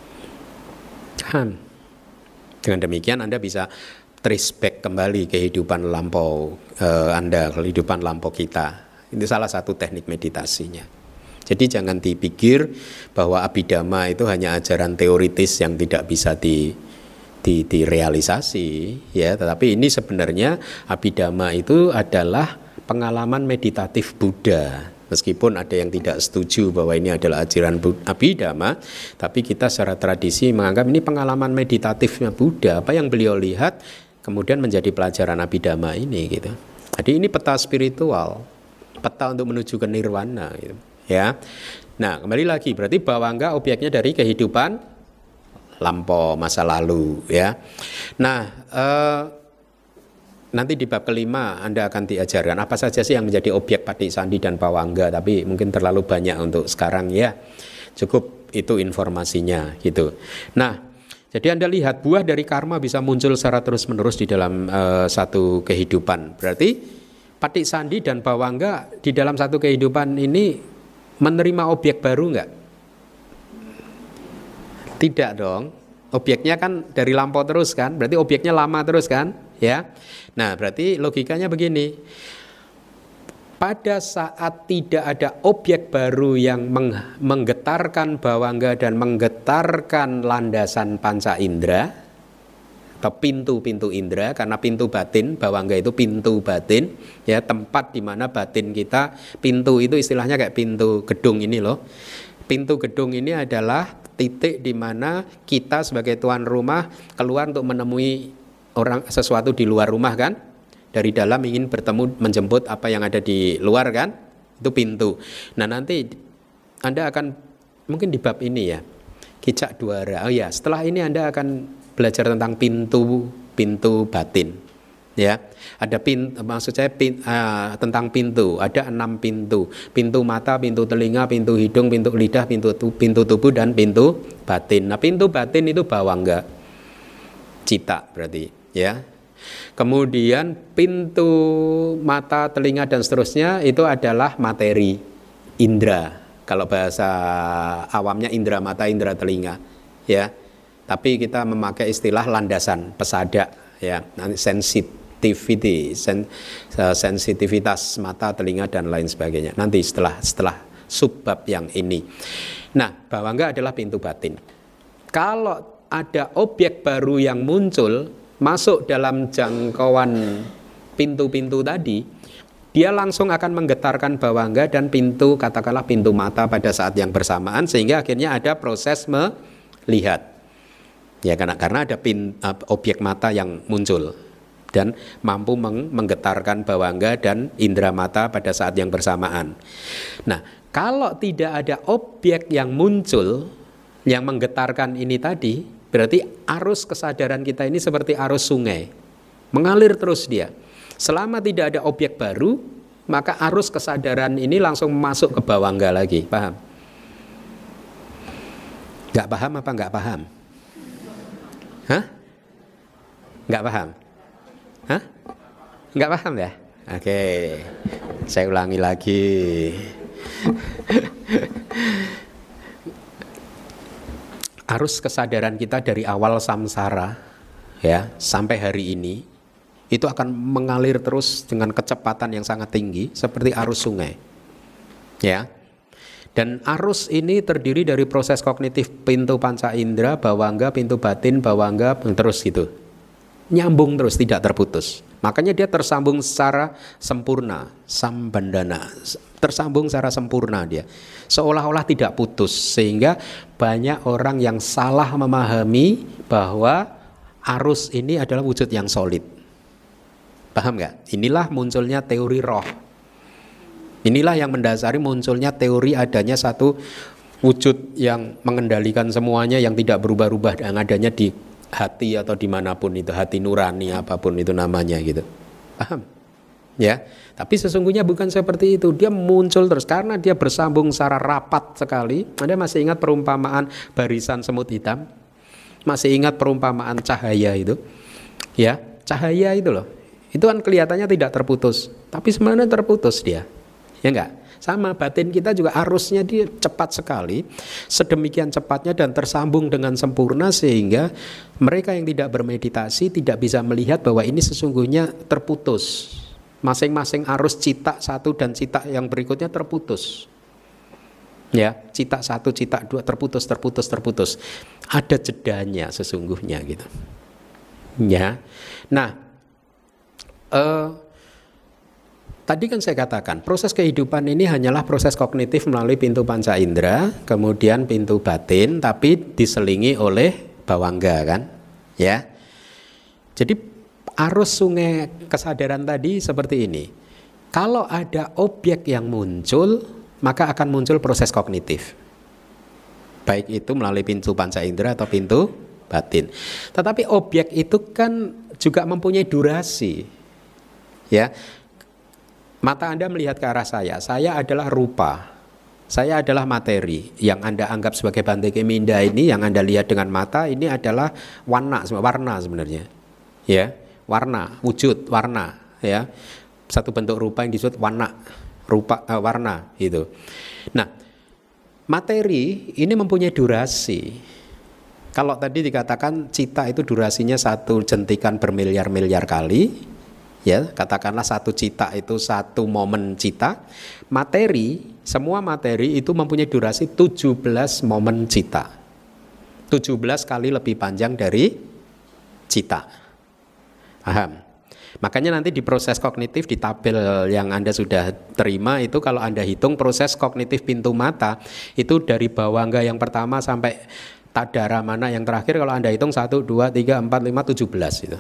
Hmm. Dengan demikian Anda bisa trace back kembali kehidupan lampau eh, Anda, kehidupan lampau kita. Itu salah satu teknik meditasinya. Jadi jangan dipikir bahwa Abhidhamma itu hanya ajaran teoritis yang tidak bisa di, di, direalisasi, ya. Tetapi ini sebenarnya Abhidhamma itu adalah pengalaman meditatif Buddha. Meskipun ada yang tidak setuju bahwa ini adalah ajaran Abhidhamma, tapi kita secara tradisi menganggap ini pengalaman meditatifnya Buddha, apa yang beliau lihat kemudian menjadi pelajaran Abhidhamma ini gitu. Jadi ini peta spiritual, peta untuk menuju ke nirwana gitu, ya. Nah, kembali lagi berarti bawangga objeknya dari kehidupan lampau, masa lalu, ya. Nah, eh, nanti di bab kelima Anda akan diajarkan apa saja sih yang menjadi objek patisandi dan bawangga, tapi mungkin terlalu banyak untuk sekarang ya. Cukup itu informasinya gitu. Nah, jadi Anda lihat buah dari karma bisa muncul secara terus-menerus di dalam uh, satu kehidupan. Berarti patisandi dan bawangga di dalam satu kehidupan ini menerima objek baru enggak? Tidak dong. Objeknya kan dari lampau terus kan, berarti objeknya lama terus kan, ya. Nah, berarti logikanya begini. Pada saat tidak ada objek baru yang menggetarkan bawangga dan menggetarkan landasan panca indera atau pintu-pintu indera, karena pintu batin, bawangga itu pintu batin, ya, tempat di mana batin kita, pintu itu istilahnya kayak pintu gedung ini loh. Pintu gedung ini adalah titik di mana kita sebagai tuan rumah keluar untuk menemui orang sesuatu di luar rumah kan, dari dalam ingin bertemu menjemput apa yang ada di luar kan, itu pintu. Nah nanti Anda akan mungkin di bab ini ya, Kicak Dwara. Oh ya, setelah ini Anda akan belajar tentang pintu pintu batin. Ya, ada pintu, maksud saya pin, uh, tentang pintu. Ada enam pintu: pintu mata, pintu telinga, pintu hidung, pintu lidah, pintu pintu tubuh dan pintu batin. Nah, pintu batin itu bawangga, cita berarti, ya. Kemudian pintu mata, telinga dan seterusnya itu adalah materi, indra. Kalau bahasa awamnya indra mata, indra telinga, ya. Tapi kita memakai istilah landasan, pesada, ya, sensit. Sensitivity, sen, sensitivitas mata, telinga dan lain sebagainya. Nanti setelah setelah subbab yang ini. Nah, bawangga adalah pintu batin. Kalau ada objek baru yang muncul masuk dalam jangkauan pintu-pintu tadi, dia langsung akan menggetarkan bawangga dan pintu, katakanlah pintu mata pada saat yang bersamaan, sehingga akhirnya ada proses melihat. Ya, karena karena ada pin, objek mata yang muncul dan mampu menggetarkan bawangga dan indera mata pada saat yang bersamaan. Nah, kalau tidak ada objek yang muncul yang menggetarkan ini tadi, berarti arus kesadaran kita ini seperti arus sungai, mengalir terus dia. Selama tidak ada objek baru, maka arus kesadaran ini langsung masuk ke bawangga lagi. Paham? Gak paham apa gak paham? Hah? Gak paham? Hah? Enggak paham ya? Oke, saya ulangi lagi. Arus kesadaran kita dari awal samsara, ya, sampai hari ini itu akan mengalir terus dengan kecepatan yang sangat tinggi seperti arus sungai, ya. Dan arus ini terdiri dari proses kognitif pintu panca indera, bawangga, pintu batin, bawangga, terus gitu. Nyambung terus, tidak terputus. Makanya dia tersambung secara sempurna, sambandana, tersambung secara sempurna dia. Seolah-olah tidak putus, sehingga banyak orang yang salah memahami bahwa arus ini adalah wujud yang solid. Paham nggak? Inilah munculnya teori roh. Inilah yang mendasari munculnya teori adanya satu wujud yang mengendalikan semuanya, yang tidak berubah-ubah, yang adanya di hati atau dimanapun itu, hati nurani apapun itu namanya gitu. Paham? Ya, tapi sesungguhnya bukan seperti itu. Dia muncul terus karena dia bersambung secara rapat sekali. Anda masih ingat perumpamaan barisan semut hitam? Masih ingat perumpamaan cahaya itu? Ya, cahaya itu loh. Itu kan kelihatannya tidak terputus, tapi sebenarnya terputus dia. Ya enggak? Sama batin kita juga arusnya dia cepat sekali, sedemikian cepatnya dan tersambung dengan sempurna sehingga mereka yang tidak bermeditasi tidak bisa melihat bahwa ini sesungguhnya terputus. Masing-masing arus cita satu dan cita yang berikutnya terputus. Ya, cita satu, cita dua terputus, terputus, terputus. Ada jedanya sesungguhnya gitu. Ya, nah. Uh, Tadi kan saya katakan proses kehidupan ini hanyalah proses kognitif melalui pintu panca indera, kemudian pintu batin, tapi diselingi oleh bawangga kan, ya. Jadi arus sungai kesadaran tadi seperti ini. Kalau ada objek yang muncul, maka akan muncul proses kognitif. Baik itu melalui pintu panca indera atau pintu batin. Tetapi objek itu kan juga mempunyai durasi, ya. Mata Anda melihat ke arah saya, saya adalah rupa, saya adalah materi. Yang Anda anggap sebagai Bante Keminda ini, yang Anda lihat dengan mata, ini adalah warna, warna sebenarnya. Ya, warna, wujud, warna. Ya, satu bentuk rupa yang disebut warna, rupa, uh, warna itu. Nah, materi ini mempunyai durasi. Kalau tadi dikatakan cita itu durasinya satu jentikan bermiliar-miliar kali. Ya, katakanlah satu cita itu satu momen cita. Materi, semua materi itu mempunyai durasi tujuh belas momen cita. tujuh belas kali lebih panjang dari cita. Paham? Makanya nanti di proses kognitif di tabel yang Anda sudah terima itu, kalau Anda hitung proses kognitif pintu mata itu dari bawangga yang pertama sampai tadara mana yang terakhir, kalau Anda hitung satu, dua, tiga, empat, lima, tujuh belas itu.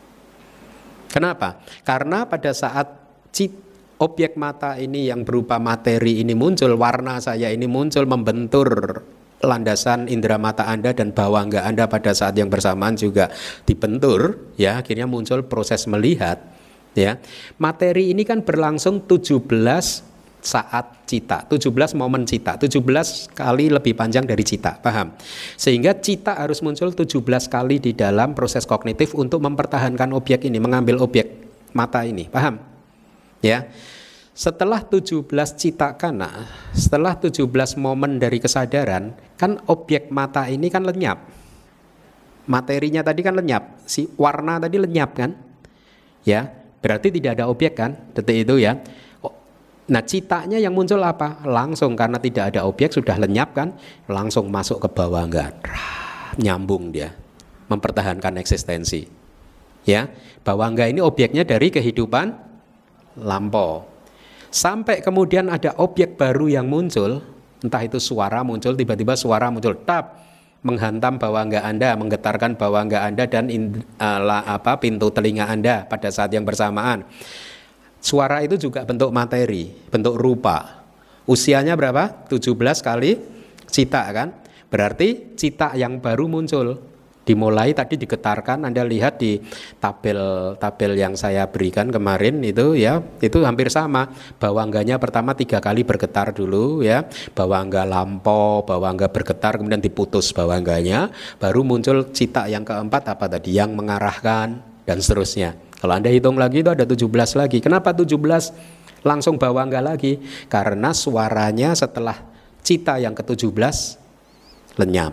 Kenapa? Karena pada saat cit, objek mata ini yang berupa materi ini muncul, warna saya ini muncul membentur landasan indera mata Anda dan bawangga Anda pada saat yang bersamaan juga dibentur, ya, akhirnya muncul proses melihat, ya. Materi ini kan berlangsung tujuh belas saat cita, tujuh belas momen cita, tujuh belas kali lebih panjang dari cita, paham? Sehingga cita harus muncul tujuh belas kali di dalam proses kognitif untuk mempertahankan objek ini, mengambil objek mata ini, paham? Ya. Setelah tujuh belas cita kana, setelah tujuh belas momen dari kesadaran, kan objek mata ini kan lenyap. Materinya tadi kan lenyap, si warna tadi lenyap kan? Ya, berarti tidak ada objek kan? Detik itu ya. Nah, citanya yang muncul apa? Langsung karena tidak ada objek sudah lenyap kan, langsung masuk ke bawangga. Nyambung dia, mempertahankan eksistensi. Ya, bawangga ini objeknya dari kehidupan lampau. Sampai kemudian ada objek baru yang muncul, entah itu suara muncul, tiba-tiba suara muncul, tap, menghantam bawangga Anda, menggetarkan bawangga Anda dan in, uh, apa, pintu telinga Anda pada saat yang bersamaan. Suara itu juga bentuk materi, bentuk rupa. Usianya berapa? tujuh belas kali cita kan? Berarti cita yang baru muncul. Dimulai tadi digetarkan, Anda lihat di tabel tabel yang saya berikan kemarin itu ya, itu hampir sama. Bawangganya pertama tiga kali bergetar dulu ya. Bawangga lampau, bawangga bergetar, kemudian diputus bawangganya. Baru muncul cita yang keempat apa tadi? Yang mengarahkan dan seterusnya. Kalau Anda hitung lagi itu ada tujuh belas lagi. Kenapa tujuh belas langsung bawangga lagi? Karena suaranya setelah cita yang ke tujuh belas lenyap.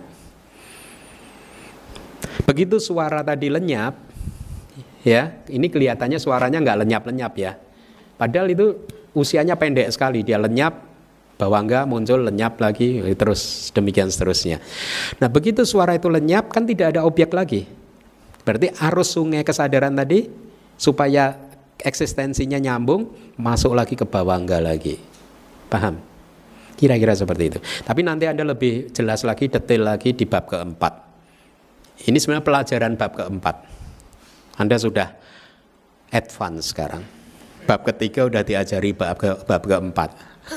Begitu suara tadi lenyap, ya, ini kelihatannya suaranya nggak lenyap-lenyap ya. Padahal itu usianya pendek sekali, dia lenyap, bawangga muncul, lenyap lagi, terus demikian seterusnya. Nah, begitu suara itu lenyap kan tidak ada objek lagi. Berarti arus sungai kesadaran tadi supaya eksistensinya nyambung, masuk lagi ke bawangga lagi. Paham? Kira-kira seperti itu. Tapi nanti Anda lebih jelas lagi, detail lagi di bab keempat. Ini sebenarnya pelajaran bab keempat. Anda sudah advance sekarang. Bab ketiga udah diajari bab, ke, bab keempat.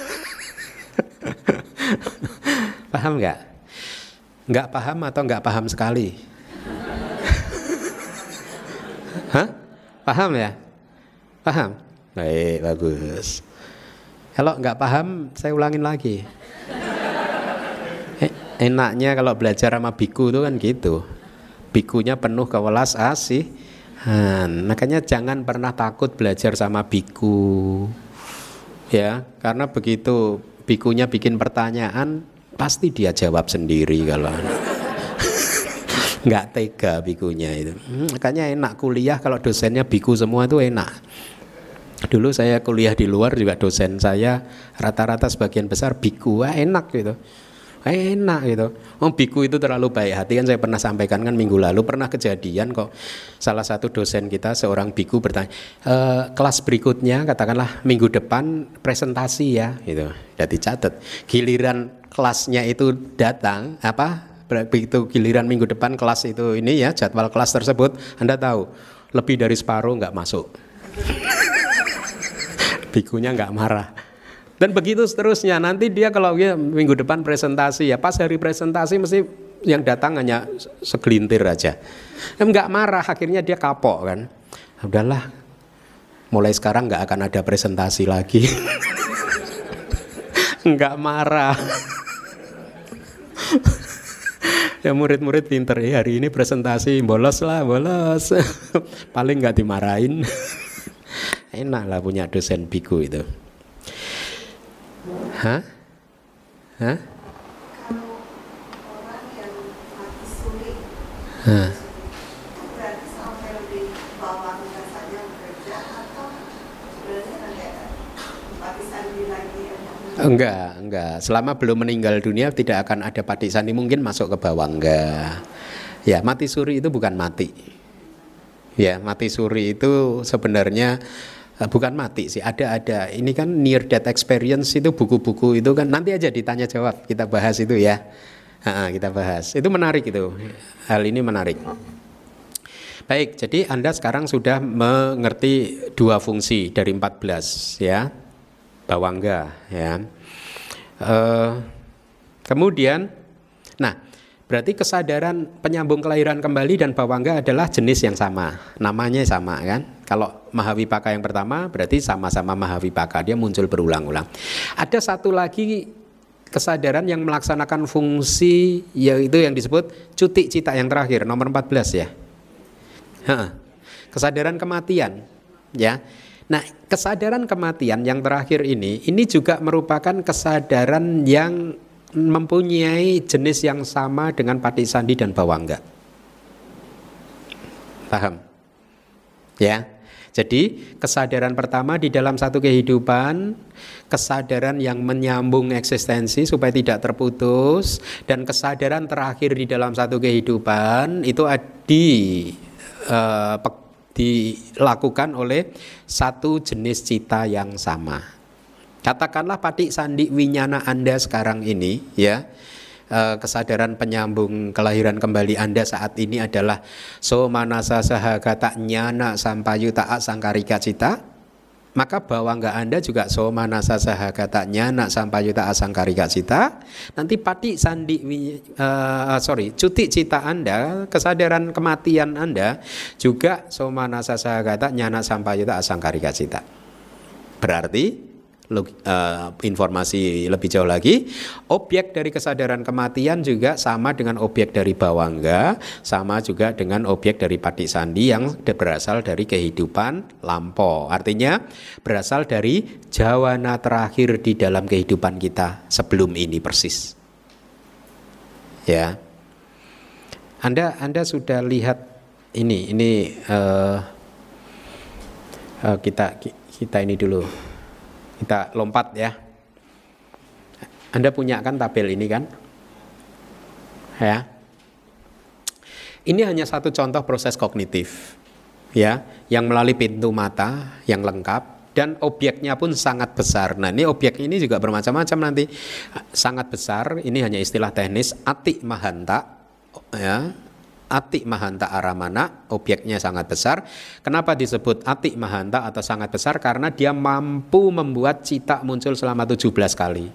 Paham nggak? Nggak paham atau nggak paham sekali? Hah? Paham ya? Paham? Baik, bagus. Kalau nggak paham, saya ulangin lagi. Eh, enaknya kalau belajar sama biku itu kan gitu. Bikunya penuh kewelas asihan. Makanya jangan pernah takut belajar sama biku. Ya, karena begitu bikunya bikin pertanyaan, pasti dia jawab sendiri kalau nggak tega bikunya itu. Hmm, makanya enak kuliah kalau dosennya biku semua itu enak. Dulu saya kuliah di luar juga dosen saya rata-rata sebagian besar biku, wah enak gitu. Enak gitu. Oh, biku itu terlalu baik hati, kan saya pernah sampaikan kan minggu lalu, pernah kejadian kok salah satu dosen kita seorang biku bertanya, e, kelas berikutnya katakanlah minggu depan presentasi ya gitu. Jadi catat. Giliran kelasnya itu datang apa begitu giliran minggu depan kelas itu ini ya jadwal kelas tersebut, Anda tahu lebih dari separuh nggak masuk. Bikunya nggak marah. Dan begitu seterusnya, nanti dia kalau dia minggu depan presentasi ya, pas hari presentasi mesti yang datang hanya segelintir aja. Enggak marah, akhirnya dia kapok kan. Udahlah, mulai sekarang nggak akan ada presentasi lagi. Enggak marah. Ya murid-murid pinter ya, hari ini presentasi bolos lah, bolos. Paling nggak dimarahin. Enak lah punya dosen biku itu. Hah? Hah? Kalau orang yang mati suri, Hah? berarti sampai lebih bawah rasanya bekerja atau sebenarnya nanti akan mati sandi lagi? Enggak, enggak. Selama belum meninggal dunia tidak akan ada pati sandi, mungkin masuk ke bawah enggak. Ya, mati suri itu bukan mati. Ya, mati suri itu sebenarnya bukan mati sih, ada ada ini kan near death experience itu buku-buku itu kan nanti aja ditanya jawab kita bahas itu ya, ha, kita bahas itu menarik itu, hal ini menarik. Baik, jadi Anda sekarang sudah mengerti dua fungsi dari empat belas ya, bawangga ya. Uh, kemudian, nah berarti kesadaran penyambung kelahiran kembali dan bawangga adalah jenis yang sama, namanya sama kan. Kalau Mahavipaka yang pertama berarti sama-sama Mahavipaka, dia muncul berulang-ulang. Ada satu lagi kesadaran yang melaksanakan fungsi, yaitu yang disebut cuti cita yang terakhir, nomor empat belas ya. Ha, kesadaran kematian ya. Nah, kesadaran kematian yang terakhir ini, ini juga merupakan kesadaran yang mempunyai jenis yang sama dengan patisandi dan bawangga. Paham? Ya. Jadi kesadaran pertama di dalam satu kehidupan, kesadaran yang menyambung eksistensi supaya tidak terputus, dan kesadaran terakhir di dalam satu kehidupan itu di, uh, dilakukan oleh satu jenis cita yang sama. Katakanlah patik sandi winyana Anda sekarang ini ya, kesadaran penyambung kelahiran kembali Anda saat ini adalah somanasa sahagata nyana sampayuta asangkarika cita, maka bawangga Anda juga somanasa sahagata nyana sampayuta asangkarika cita. Nanti patik sandi uh, sorry cuti cita Anda, kesadaran kematian Anda juga somanasa sahagata nyana sampayuta asangkarika cita. Berarti Uh, informasi lebih jauh lagi, objek dari kesadaran kematian juga sama dengan objek dari bawangga, sama juga dengan objek dari patik sandi yang berasal dari kehidupan lampau. Artinya berasal dari jawana terakhir di dalam kehidupan kita sebelum ini persis. Ya, Anda Anda sudah lihat ini ini uh, uh, kita kita ini dulu. Kita lompat ya. Anda punya kan tabel ini kan? Ya. Ini hanya satu contoh proses kognitif ya, yang melalui pintu mata yang lengkap dan objeknya pun sangat besar. Nah, ini objek ini juga bermacam-macam nanti. Sangat besar, ini hanya istilah teknis, ati mahanta ya. Ati mahanta aramana, objeknya sangat besar. Kenapa disebut ati mahanta atau sangat besar? Karena dia mampu membuat cita muncul selama tujuh belas kali.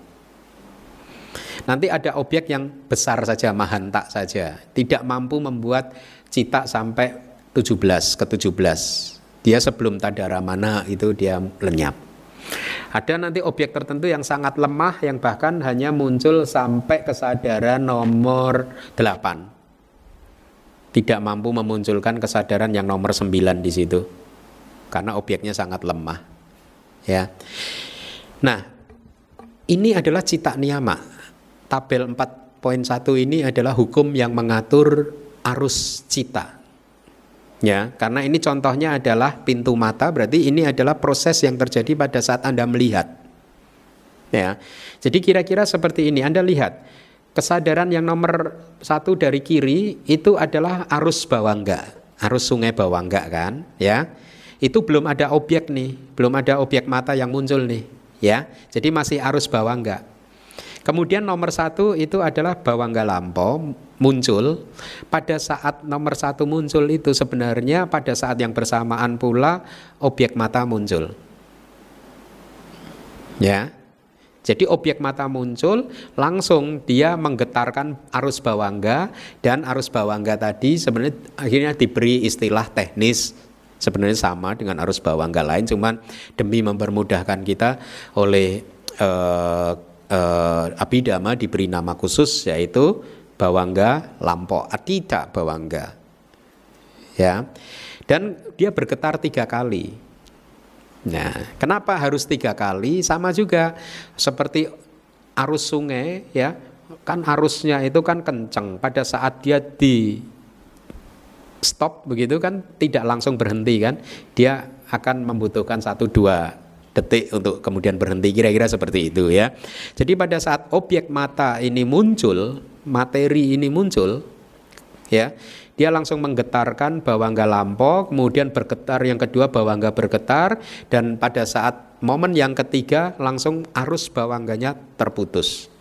Nanti ada objek yang besar saja, mahanta saja, tidak mampu membuat cita sampai tujuh belas ke tujuh belas. Dia sebelum tadaramana itu dia lenyap. Ada nanti objek tertentu yang sangat lemah, yang bahkan hanya muncul sampai kesadaran nomor delapan. Tidak mampu memunculkan kesadaran yang nomor sembilan di situ karena objeknya sangat lemah ya. Nah, ini adalah cita niyama. Tabel empat poin satu ini adalah hukum yang mengatur arus cita ya, karena ini contohnya adalah pintu mata, berarti ini adalah proses yang terjadi pada saat Anda melihat ya. Jadi kira-kira seperti ini, Anda lihat kesadaran yang nomor satu dari kiri itu adalah arus bawangga, arus sungai bawangga kan, ya. Itu belum ada objek nih, belum ada objek mata yang muncul nih, ya. Jadi masih arus bawangga. Kemudian nomor satu itu adalah bawangga lampau muncul. Pada saat nomor satu muncul itu sebenarnya pada saat yang bersamaan pula objek mata muncul, ya. Jadi objek mata muncul, langsung dia menggetarkan arus bawangga, dan arus bawangga tadi sebenarnya akhirnya diberi istilah teknis, sebenarnya sama dengan arus bawangga lain, cuman demi mempermudahkan kita oleh eh, eh, Abhidhamma diberi nama khusus yaitu bawangga lampau, atita bawangga, ya. Dan dia bergetar tiga kali. Nah, kenapa harus tiga kali? Sama juga seperti arus sungai, ya, kan arusnya itu kan kencang. Pada saat dia di stop begitu kan tidak langsung berhenti kan, dia akan membutuhkan satu dua detik untuk kemudian berhenti, kira-kira seperti itu, ya. Jadi pada saat objek mata ini muncul, materi ini muncul, ya, dia langsung menggetarkan bawangga lampau, kemudian bergetar yang kedua bawangga bergetar, dan pada saat momen yang ketiga langsung arus bawangganya terputus.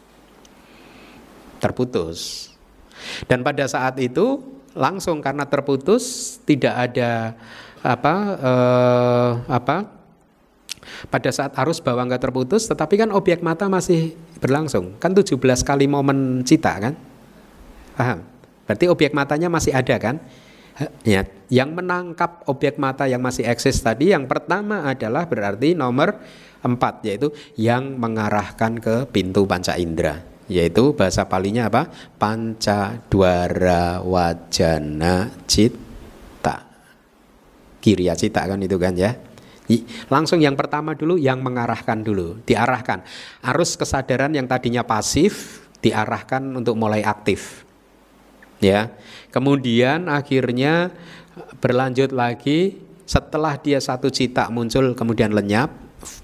Terputus. Dan pada saat itu langsung karena terputus tidak ada apa eh, apa pada saat arus bawangga terputus, tetapi kan objek mata masih berlangsung. Kan tujuh belas kali momen cita kan? Paham? Berarti objek matanya masih ada kan? Ya, yang menangkap objek mata yang masih eksis tadi yang pertama adalah berarti nomor empat, yaitu yang mengarahkan ke pintu panca indera, yaitu bahasa palinya apa? Panca dwara wajana citta. Kiriya citta kan itu kan, ya. Langsung yang pertama dulu yang mengarahkan dulu, diarahkan. Arus kesadaran yang tadinya pasif diarahkan untuk mulai aktif. Ya, kemudian akhirnya berlanjut lagi setelah dia satu cita muncul kemudian lenyap.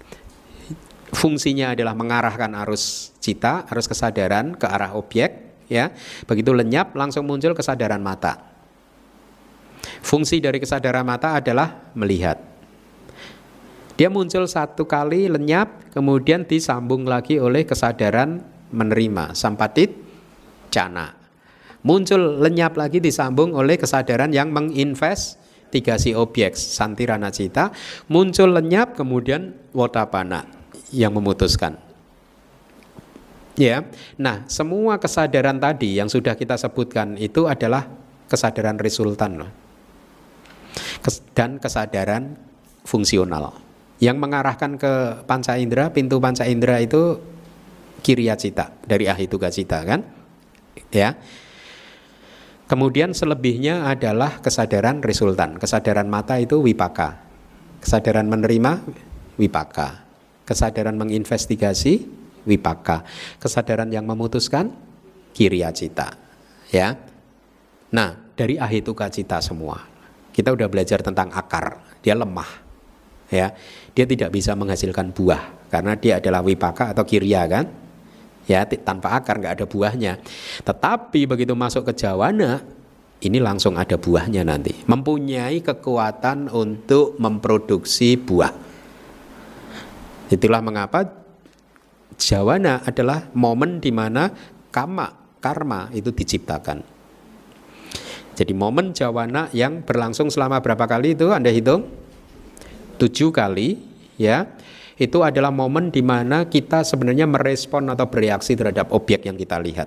Fungsinya adalah mengarahkan arus cita, arus kesadaran ke arah objek, ya. Begitu lenyap langsung muncul kesadaran mata. Fungsi dari kesadaran mata adalah melihat. Dia muncul satu kali lenyap, kemudian disambung lagi oleh kesadaran menerima, sampatit cana. Muncul lenyap lagi disambung oleh kesadaran yang menginvestigasi objek, santirana cita. Muncul lenyap kemudian wotapana yang memutuskan. Ya, nah semua kesadaran tadi yang sudah kita sebutkan itu adalah kesadaran resultan dan kesadaran fungsional yang mengarahkan ke panca indera, pintu panca indera itu kiriya cita dari ahituka cita kan, ya. Kemudian selebihnya adalah kesadaran resultan. Kesadaran mata itu wipaka. Kesadaran menerima wipaka. Kesadaran menginvestigasi wipaka. Kesadaran yang memutuskan kiriya cita. Ya. Nah, dari ahituka cita semua. Kita udah belajar tentang akar. Dia lemah. Ya. Dia tidak bisa menghasilkan buah karena dia adalah wipaka atau kiriya kan? Ya, tanpa akar nggak ada buahnya. Tetapi begitu masuk ke jawana, ini langsung ada buahnya nanti. Mempunyai kekuatan untuk memproduksi buah. Itulah mengapa jawana adalah momen di mana kama, karma itu diciptakan. Jadi momen jawana yang berlangsung selama berapa kali itu Anda hitung? Tujuh kali, ya. Itu adalah momen di mana kita sebenarnya merespon atau bereaksi terhadap objek yang kita lihat.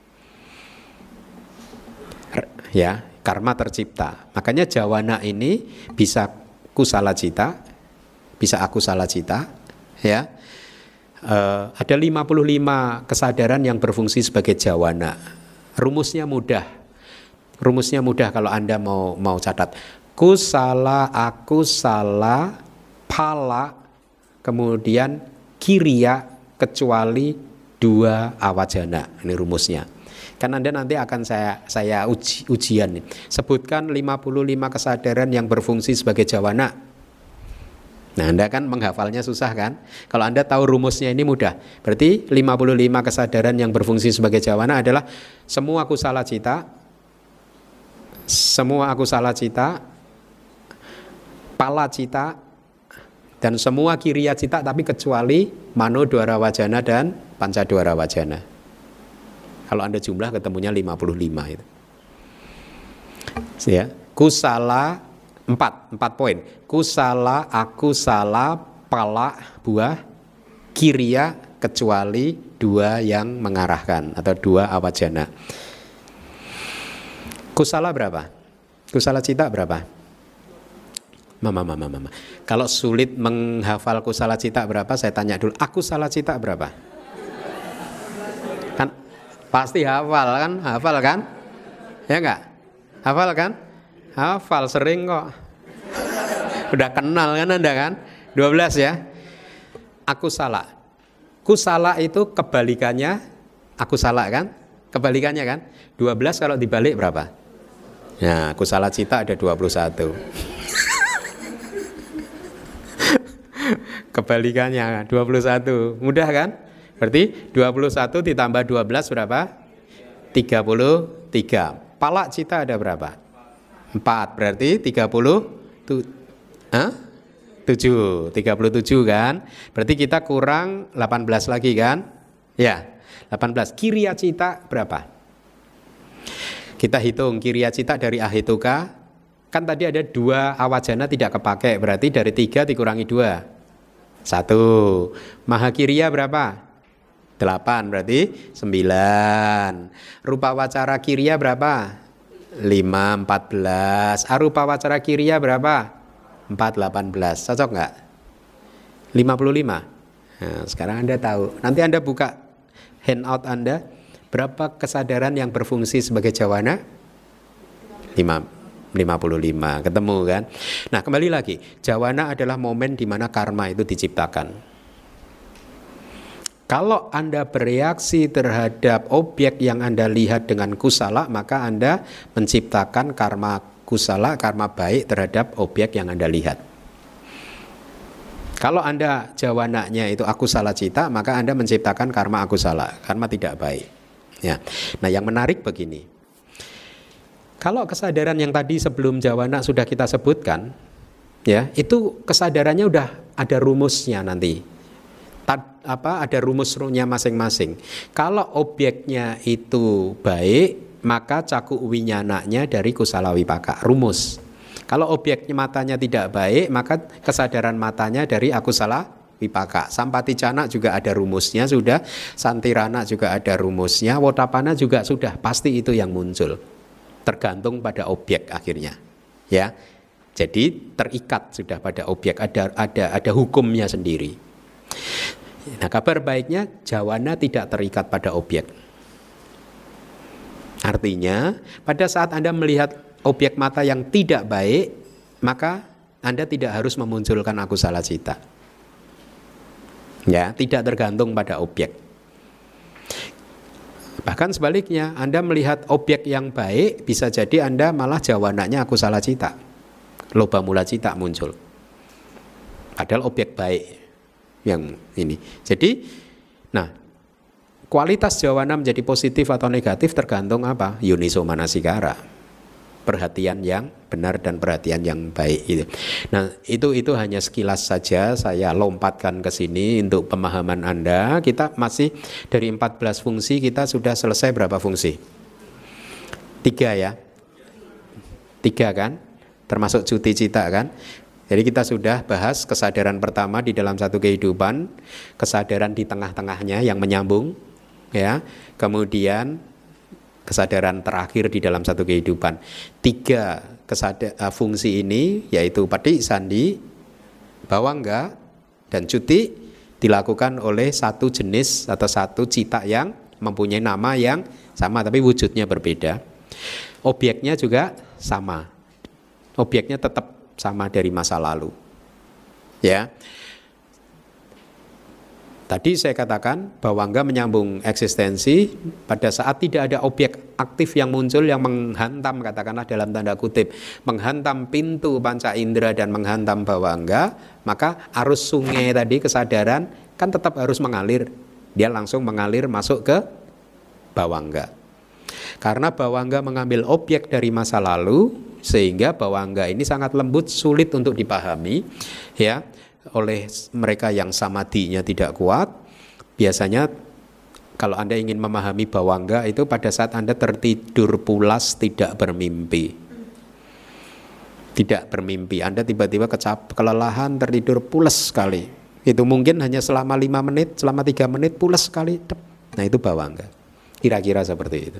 Ya, karma tercipta. Makanya jawana ini bisa kusala cita, bisa akusala cita, ya. E, ada lima puluh lima kesadaran yang berfungsi sebagai jawana. Rumusnya mudah. Rumusnya mudah kalau Anda mau mau catat. Kusala, akusala, pala, kemudian kiriya kecuali dua awajana. Ini rumusnya. Kan Anda nanti akan saya saya uji, ujian nih. Sebutkan lima puluh lima kesadaran yang berfungsi sebagai jawana. Nah, Anda kan menghafalnya susah kan? Kalau Anda tahu rumusnya ini mudah. Berarti lima puluh lima kesadaran yang berfungsi sebagai jawana adalah semua kusala cita, semua akusala cita, pala cita, dan semua kiriya cita, tapi kecuali mano dwara wajana dan panca dwara wajana. Kalau Anda jumlah ketemunya lima puluh lima itu. Ya, kusala empat, empat poin. Kusala, akusala, pala, buah, kiriya kecuali dua yang mengarahkan atau dua awajana. Kusala berapa? Kusala cita berapa? Mama, mama, mama. Kalau sulit menghafal kusala cita berapa, saya tanya dulu. Akusala cita berapa? Kan pasti hafal kan? Hafal kan? Ya enggak? Hafal kan? Hafal, sering kok. Udah kenal kan Anda kan? dua belas ya. Akusala. Kusala itu kebalikannya akusala kan? Kebalikannya kan? dua belas kalau dibalik berapa? Nah, kusala cita ada dua puluh satu. Kebalikannya dua puluh satu. Mudah kan? Berarti dua puluh satu ditambah dua belas berapa? tiga puluh tiga. Pala cita ada berapa? empat. Berarti tiga puluh tujuh. tiga puluh tujuh kan? Berarti kita kurang delapan belas lagi kan? Ya, delapan belas. Kiriya cita berapa? Kita hitung kiriya cita dari ahituka. Kan tadi ada dua awajana tidak kepakai. Berarti dari tiga dikurangi dua. Satu. Mahakiriya berapa? delapan. Berarti sembilan. Rupa wacara kiriya berapa? lima, empat belas. Arupa wacara kiriya berapa? empat, delapan belas. Cocok nggak? lima puluh lima. Nah, sekarang Anda tahu. Nanti Anda buka handout Anda. Berapa kesadaran yang berfungsi sebagai jawana? lima puluh lima. Ketemu kan? Nah, kembali lagi. Jawana adalah momen di mana karma itu diciptakan. Kalau Anda bereaksi terhadap objek yang Anda lihat dengan kusala, maka Anda menciptakan karma kusala, karma baik terhadap objek yang Anda lihat. Kalau Anda jawananya itu akusala cita, maka Anda menciptakan karma akusala, karma tidak baik. Ya. Nah, yang menarik begini. Kalau kesadaran yang tadi sebelum jawana sudah kita sebutkan, ya, itu kesadarannya udah ada rumusnya nanti. Tad, apa ada rumus-rumusnya masing-masing. Kalau objeknya itu baik, maka caku winyananya dari kusala wipaka, rumus. Kalau objeknya matanya tidak baik, maka kesadaran matanya dari akusala wipaka. Sampaticana juga ada rumusnya sudah, santirana juga ada rumusnya, wotapana juga sudah, pasti itu yang muncul. Tergantung pada objek akhirnya. Ya. Jadi terikat sudah pada objek, ada ada ada hukumnya sendiri. Nah, kabar baiknya jawana tidak terikat pada objek. Artinya, pada saat Anda melihat objek mata yang tidak baik, maka Anda tidak harus memunculkan akusala cita. Ya, tidak tergantung pada objek. Bahkan sebaliknya, Anda melihat objek yang baik, bisa jadi Anda malah jawananya akusala cita. Loba mula cita muncul. Padahal objek baik yang ini. Jadi, nah, kualitas jawana menjadi positif atau negatif tergantung apa? Yuniso manasikara. Perhatian yang benar dan perhatian yang baik gitu. Nah, itu itu hanya sekilas saja saya lompatkan ke sini untuk pemahaman Anda. Kita masih dari empat belas fungsi, kita sudah selesai berapa fungsi? Tiga ya. Tiga kan? Termasuk cuti cita kan? Jadi kita sudah bahas kesadaran pertama di dalam satu kehidupan, kesadaran di tengah-tengahnya yang menyambung, ya. Kemudian kesadaran terakhir di dalam satu kehidupan. Tiga kesadaran uh, fungsi ini yaitu pati sandi, bawangga, dan cuti dilakukan oleh satu jenis atau satu cita yang mempunyai nama yang sama tapi wujudnya berbeda. Objeknya juga sama. Objeknya tetap sama dari masa lalu. Ya. Tadi saya katakan bawangga menyambung eksistensi pada saat tidak ada objek aktif yang muncul yang menghantam, katakanlah dalam tanda kutip, menghantam pintu panca indera dan menghantam bawangga, maka arus sungai tadi kesadaran kan tetap harus mengalir. Dia langsung mengalir masuk ke bawangga. Karena bawangga mengambil objek dari masa lalu, sehingga bawangga ini sangat lembut, sulit untuk dipahami ya oleh mereka yang samadhinya tidak kuat. Biasanya kalau Anda ingin memahami bawangga itu pada saat Anda tertidur pulas tidak bermimpi. Tidak bermimpi, Anda tiba-tiba kecap, kelelahan, tertidur pulas sekali. Itu mungkin hanya selama lima menit, selama tiga menit pulas sekali. Nah itu bawangga. Kira-kira seperti itu.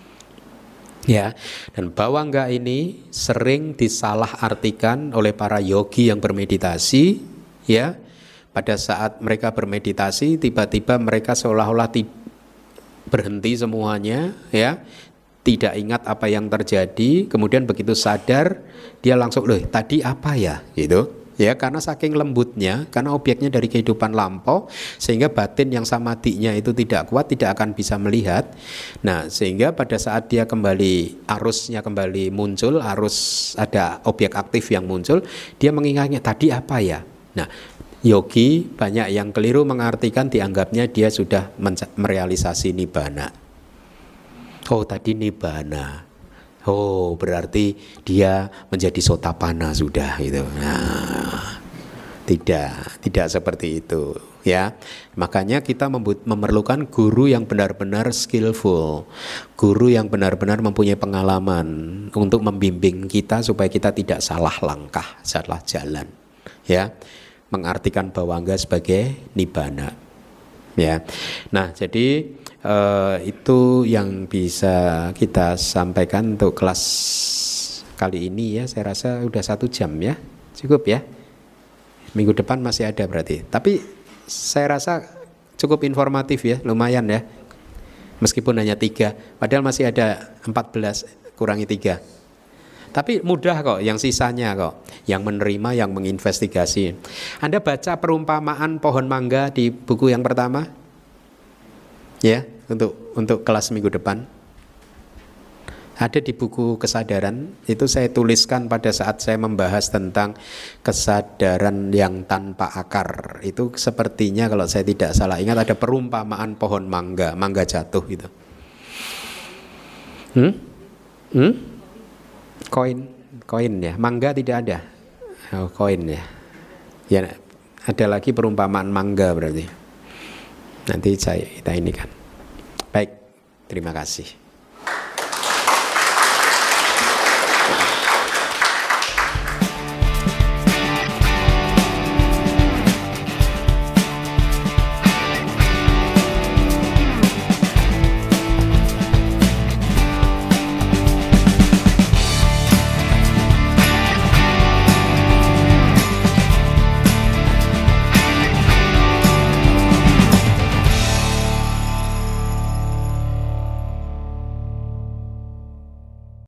Ya, dan bawangga ini sering disalahartikan oleh para yogi yang bermeditasi, ya. Pada saat mereka bermeditasi, tiba-tiba mereka seolah-olah berhenti semuanya, ya. Tidak ingat apa yang terjadi, kemudian begitu sadar, dia langsung, loh, tadi apa ya? Gitu. Ya, karena saking lembutnya, karena objeknya dari kehidupan lampau, sehingga batin yang samadhinya itu tidak kuat, tidak akan bisa melihat. Nah, sehingga pada saat dia kembali, arusnya kembali muncul, arus ada objek aktif yang muncul, dia mengingatnya tadi apa ya. Nah, yogi banyak yang keliru mengartikan, dianggapnya dia sudah merealisasi nibbana. Oh, tadi nibbana. Oh, berarti dia menjadi sotapanna sudah gitu. Nah, tidak, tidak seperti itu ya. Makanya kita memerlukan guru yang benar-benar skillful, guru yang benar-benar mempunyai pengalaman untuk membimbing kita supaya kita tidak salah langkah, salah jalan ya. Mengartikan bawangga sebagai nibbana ya. Nah, jadi Uh, itu yang bisa kita sampaikan untuk kelas kali ini ya. Saya rasa udah satu jam ya, cukup ya. Minggu depan masih ada berarti. Tapi saya rasa cukup informatif ya, lumayan ya. Meskipun hanya tiga, padahal masih ada empat belas, kurangi tiga. Tapi mudah kok, yang sisanya kok, yang menerima, yang menginvestigasi. Anda baca perumpamaan pohon mangga di buku yang pertama? Ya, untuk untuk kelas minggu depan ada di buku kesadaran, itu saya tuliskan pada saat saya membahas tentang kesadaran yang tanpa akar. Itu sepertinya kalau saya tidak salah ingat ada perumpamaan pohon mangga, mangga jatuh gitu. Hmm? Hmm? Koin, koin ya, mangga tidak ada. Oh, koin ya. Ya, ada lagi perumpamaan mangga berarti. Nanti saya kita ini kan. Baik, terima kasih.